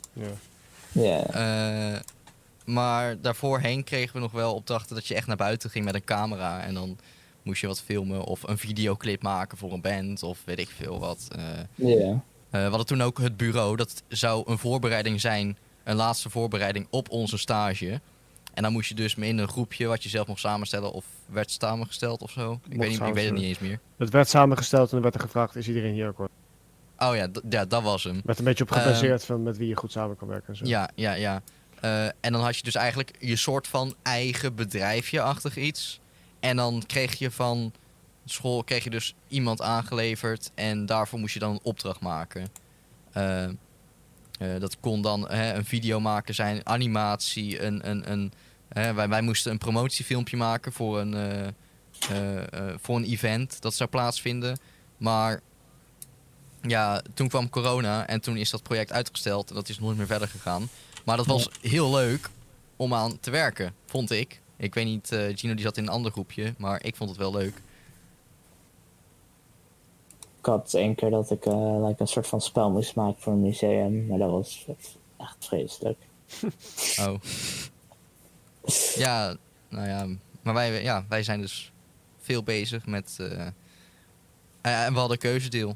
Ja. Maar daarvoorheen kregen we nog wel opdrachten dat je echt naar buiten ging met een camera. En dan moest je wat filmen of een videoclip maken voor een band of weet ik veel wat. We hadden toen ook het bureau. Dat zou een voorbereiding zijn, een laatste voorbereiding op onze stage. En dan moest je dus in een groepje wat je zelf mocht samenstellen of werd samengesteld of zo. Ik weet het niet eens meer. Het werd samengesteld en er werd er gevraagd, is iedereen hier ook? Oh ja, dat was hem. Werd een beetje op gebaseerd van met wie je goed samen kan werken. En zo. Ja. En dan had je dus eigenlijk je soort van eigen bedrijfje-achtig iets. En dan kreeg je van school dus iemand aangeleverd en daarvoor moest je dan een opdracht maken. Dat kon dan een video maken zijn, animatie, wij moesten een promotiefilmpje maken voor een event dat zou plaatsvinden. Maar ja, toen kwam corona en toen is dat project uitgesteld en dat is nooit meer verder gegaan. Maar dat was heel leuk om aan te werken, vond ik. Ik weet niet, Gino die zat in een ander groepje, maar ik vond het wel leuk. Ik had 1 keer dat ik een soort van spel moest maken voor een museum, maar dat was echt vreselijk. Oh. Ja, nou ja, maar wij zijn dus veel bezig met... en we hadden keuzedeel.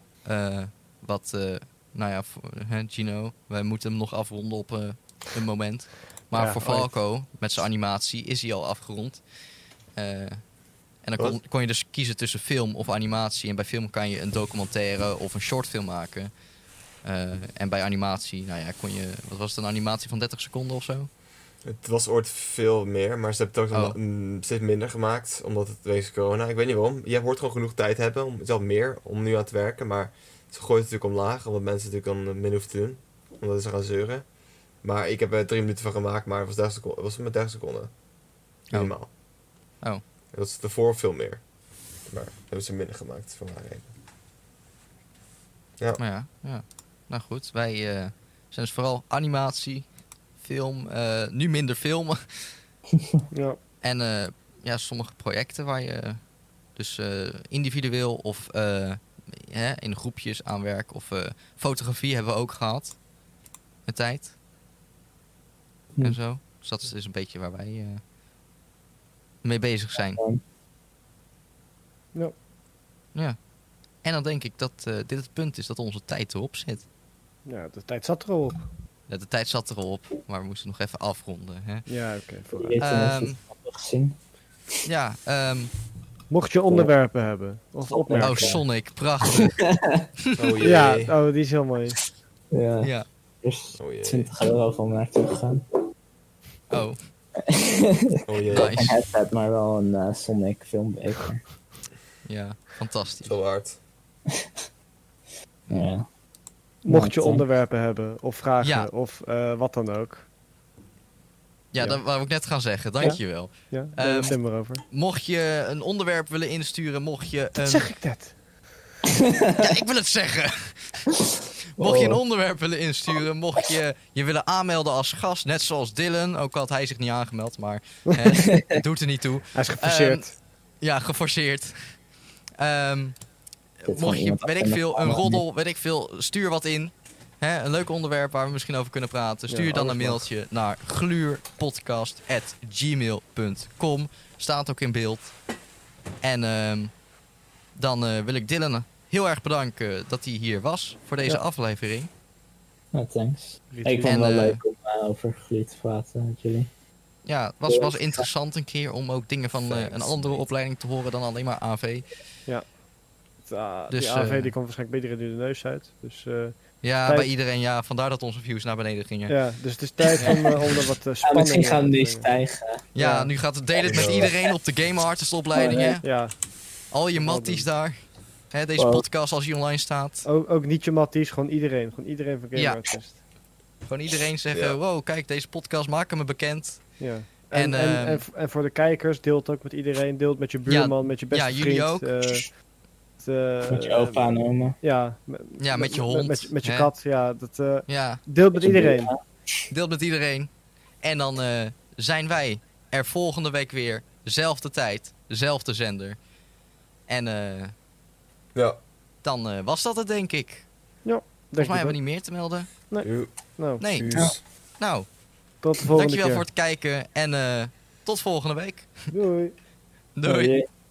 Gino, wij moeten hem nog afronden op een moment. Maar Ja, voor Falco, met zijn animatie, is hij al afgerond. En dan Wat? kon je dus kiezen tussen film of animatie. En bij film kan je een documentaire of een shortfilm maken. En bij animatie, nou ja, kon je... Wat was het, een animatie van 30 seconden of zo? Het was ooit veel meer, maar ze hebben het ook steeds minder gemaakt, omdat het wegens corona. Ik weet niet waarom. Je hoort gewoon genoeg tijd hebben, zelfs meer, om nu aan te werken. Maar ze gooien het natuurlijk omlaag, omdat mensen natuurlijk dan minder hoeven te doen. Omdat ze gaan zeuren. Maar ik heb er 3 minuten van gemaakt, maar het was 30 seconden. Was het met 30 seconden? Minimaal. Oh. Dat was ervoor veel meer. Maar hebben ze minder gemaakt, voor mijn reden. Ja. Maar ja. Nou goed, wij zijn dus vooral animatie, film, nu minder filmen. Ja. En sommige projecten waar je dus individueel of in groepjes aan werkt. Of fotografie hebben we ook gehad. Een tijd. En zo. Dus dat is dus een beetje waar wij mee bezig zijn. Ja. Ja. En dan denk ik dat dit het punt is dat onze tijd erop zit. Ja, de tijd zat er al op. Ja, de tijd zat erop, maar we moesten nog even afronden. Hè? Ja, oké. vooruit. Weet je Ehm, nog wat gezien? Ja, Mocht je onderwerpen hebben, of opmerkingen. oh Sonic, prachtig. Oh jee. Ja, oh, die is heel mooi. Ja. Ja. Dus Oh jee. €20 van naartoe gegaan. Oh, Oh jee. Nice. Een headset, maar wel een Sonic filmbeker. ja, fantastisch. Zo waard. Ja. Mocht je Want, onderwerpen hebben, of vragen, Ja. of wat dan ook. Ja, Ja. dat wou ik net gaan zeggen, dankjewel. Ja, daar hebben we het maar over. Mocht je een onderwerp willen insturen, mocht je een... Zeg ik net. Ja, ik wil het zeggen. Mocht je een onderwerp willen insturen, mocht je je willen aanmelden als gast, net zoals Dylan, ook al had hij zich niet aangemeld, maar het doet er niet toe. Hij is geforceerd. Ja, geforceerd. Dit Mocht van je, iemand weet ik afnemen. veel, een roddel, weet ik veel, stuur wat in. Een leuk onderwerp waar we misschien over kunnen praten. Stuur Ja, dan een alles mailtje naar gluurpodcast@gmail.com. Staat ook in beeld. En dan wil ik Dylan heel erg bedanken dat hij hier was voor deze Ja. aflevering. Ja, thanks. Riet, Ik vond het En, wel leuk om over Gloed te praten met jullie. Ja, het was interessant een keer om ook dingen van Thanks, een andere mate. opleiding te horen dan alleen maar AV. die dus, AV die komt waarschijnlijk bij iedereen nu de neus uit. Dus, Ja, Tijd- bij iedereen, ja. Vandaar dat onze views naar beneden gingen. ja, dus het is tijd om er wat Ja, spanning misschien gaan te die brengen. stijgen. Ja, Ja. nu gaat het deel het met iedereen op de Game Artist opleiding, hè? Ja, Al je matties daar. Hè, deze Wow. podcast als die online staat. ook niet je Matties, gewoon iedereen. Gewoon iedereen van Game Ja. Artist. Gewoon iedereen zeggen, Ja. wow, kijk, deze podcast, maak hem me bekend. Ja. En, En voor de kijkers, deel het ook met iedereen. Deel het met je buurman, met je beste ja, vriend. jullie ook. Met je opa en oma. Ja, Ja, met je hond, Met je hè? kat, ja. Ja, Deel het met iedereen. deel het met iedereen. En dan zijn wij er volgende week weer. Dezelfde tijd, dezelfde zender. En Ja. dan was dat het, denk ik. Denk Volgens mij ik hebben we ook. niet meer te melden. Joe. Nou, Nee. Tjus. Nou, tot de volgende dankjewel keer. voor het kijken. En tot volgende week. Doei. Doei. Doei.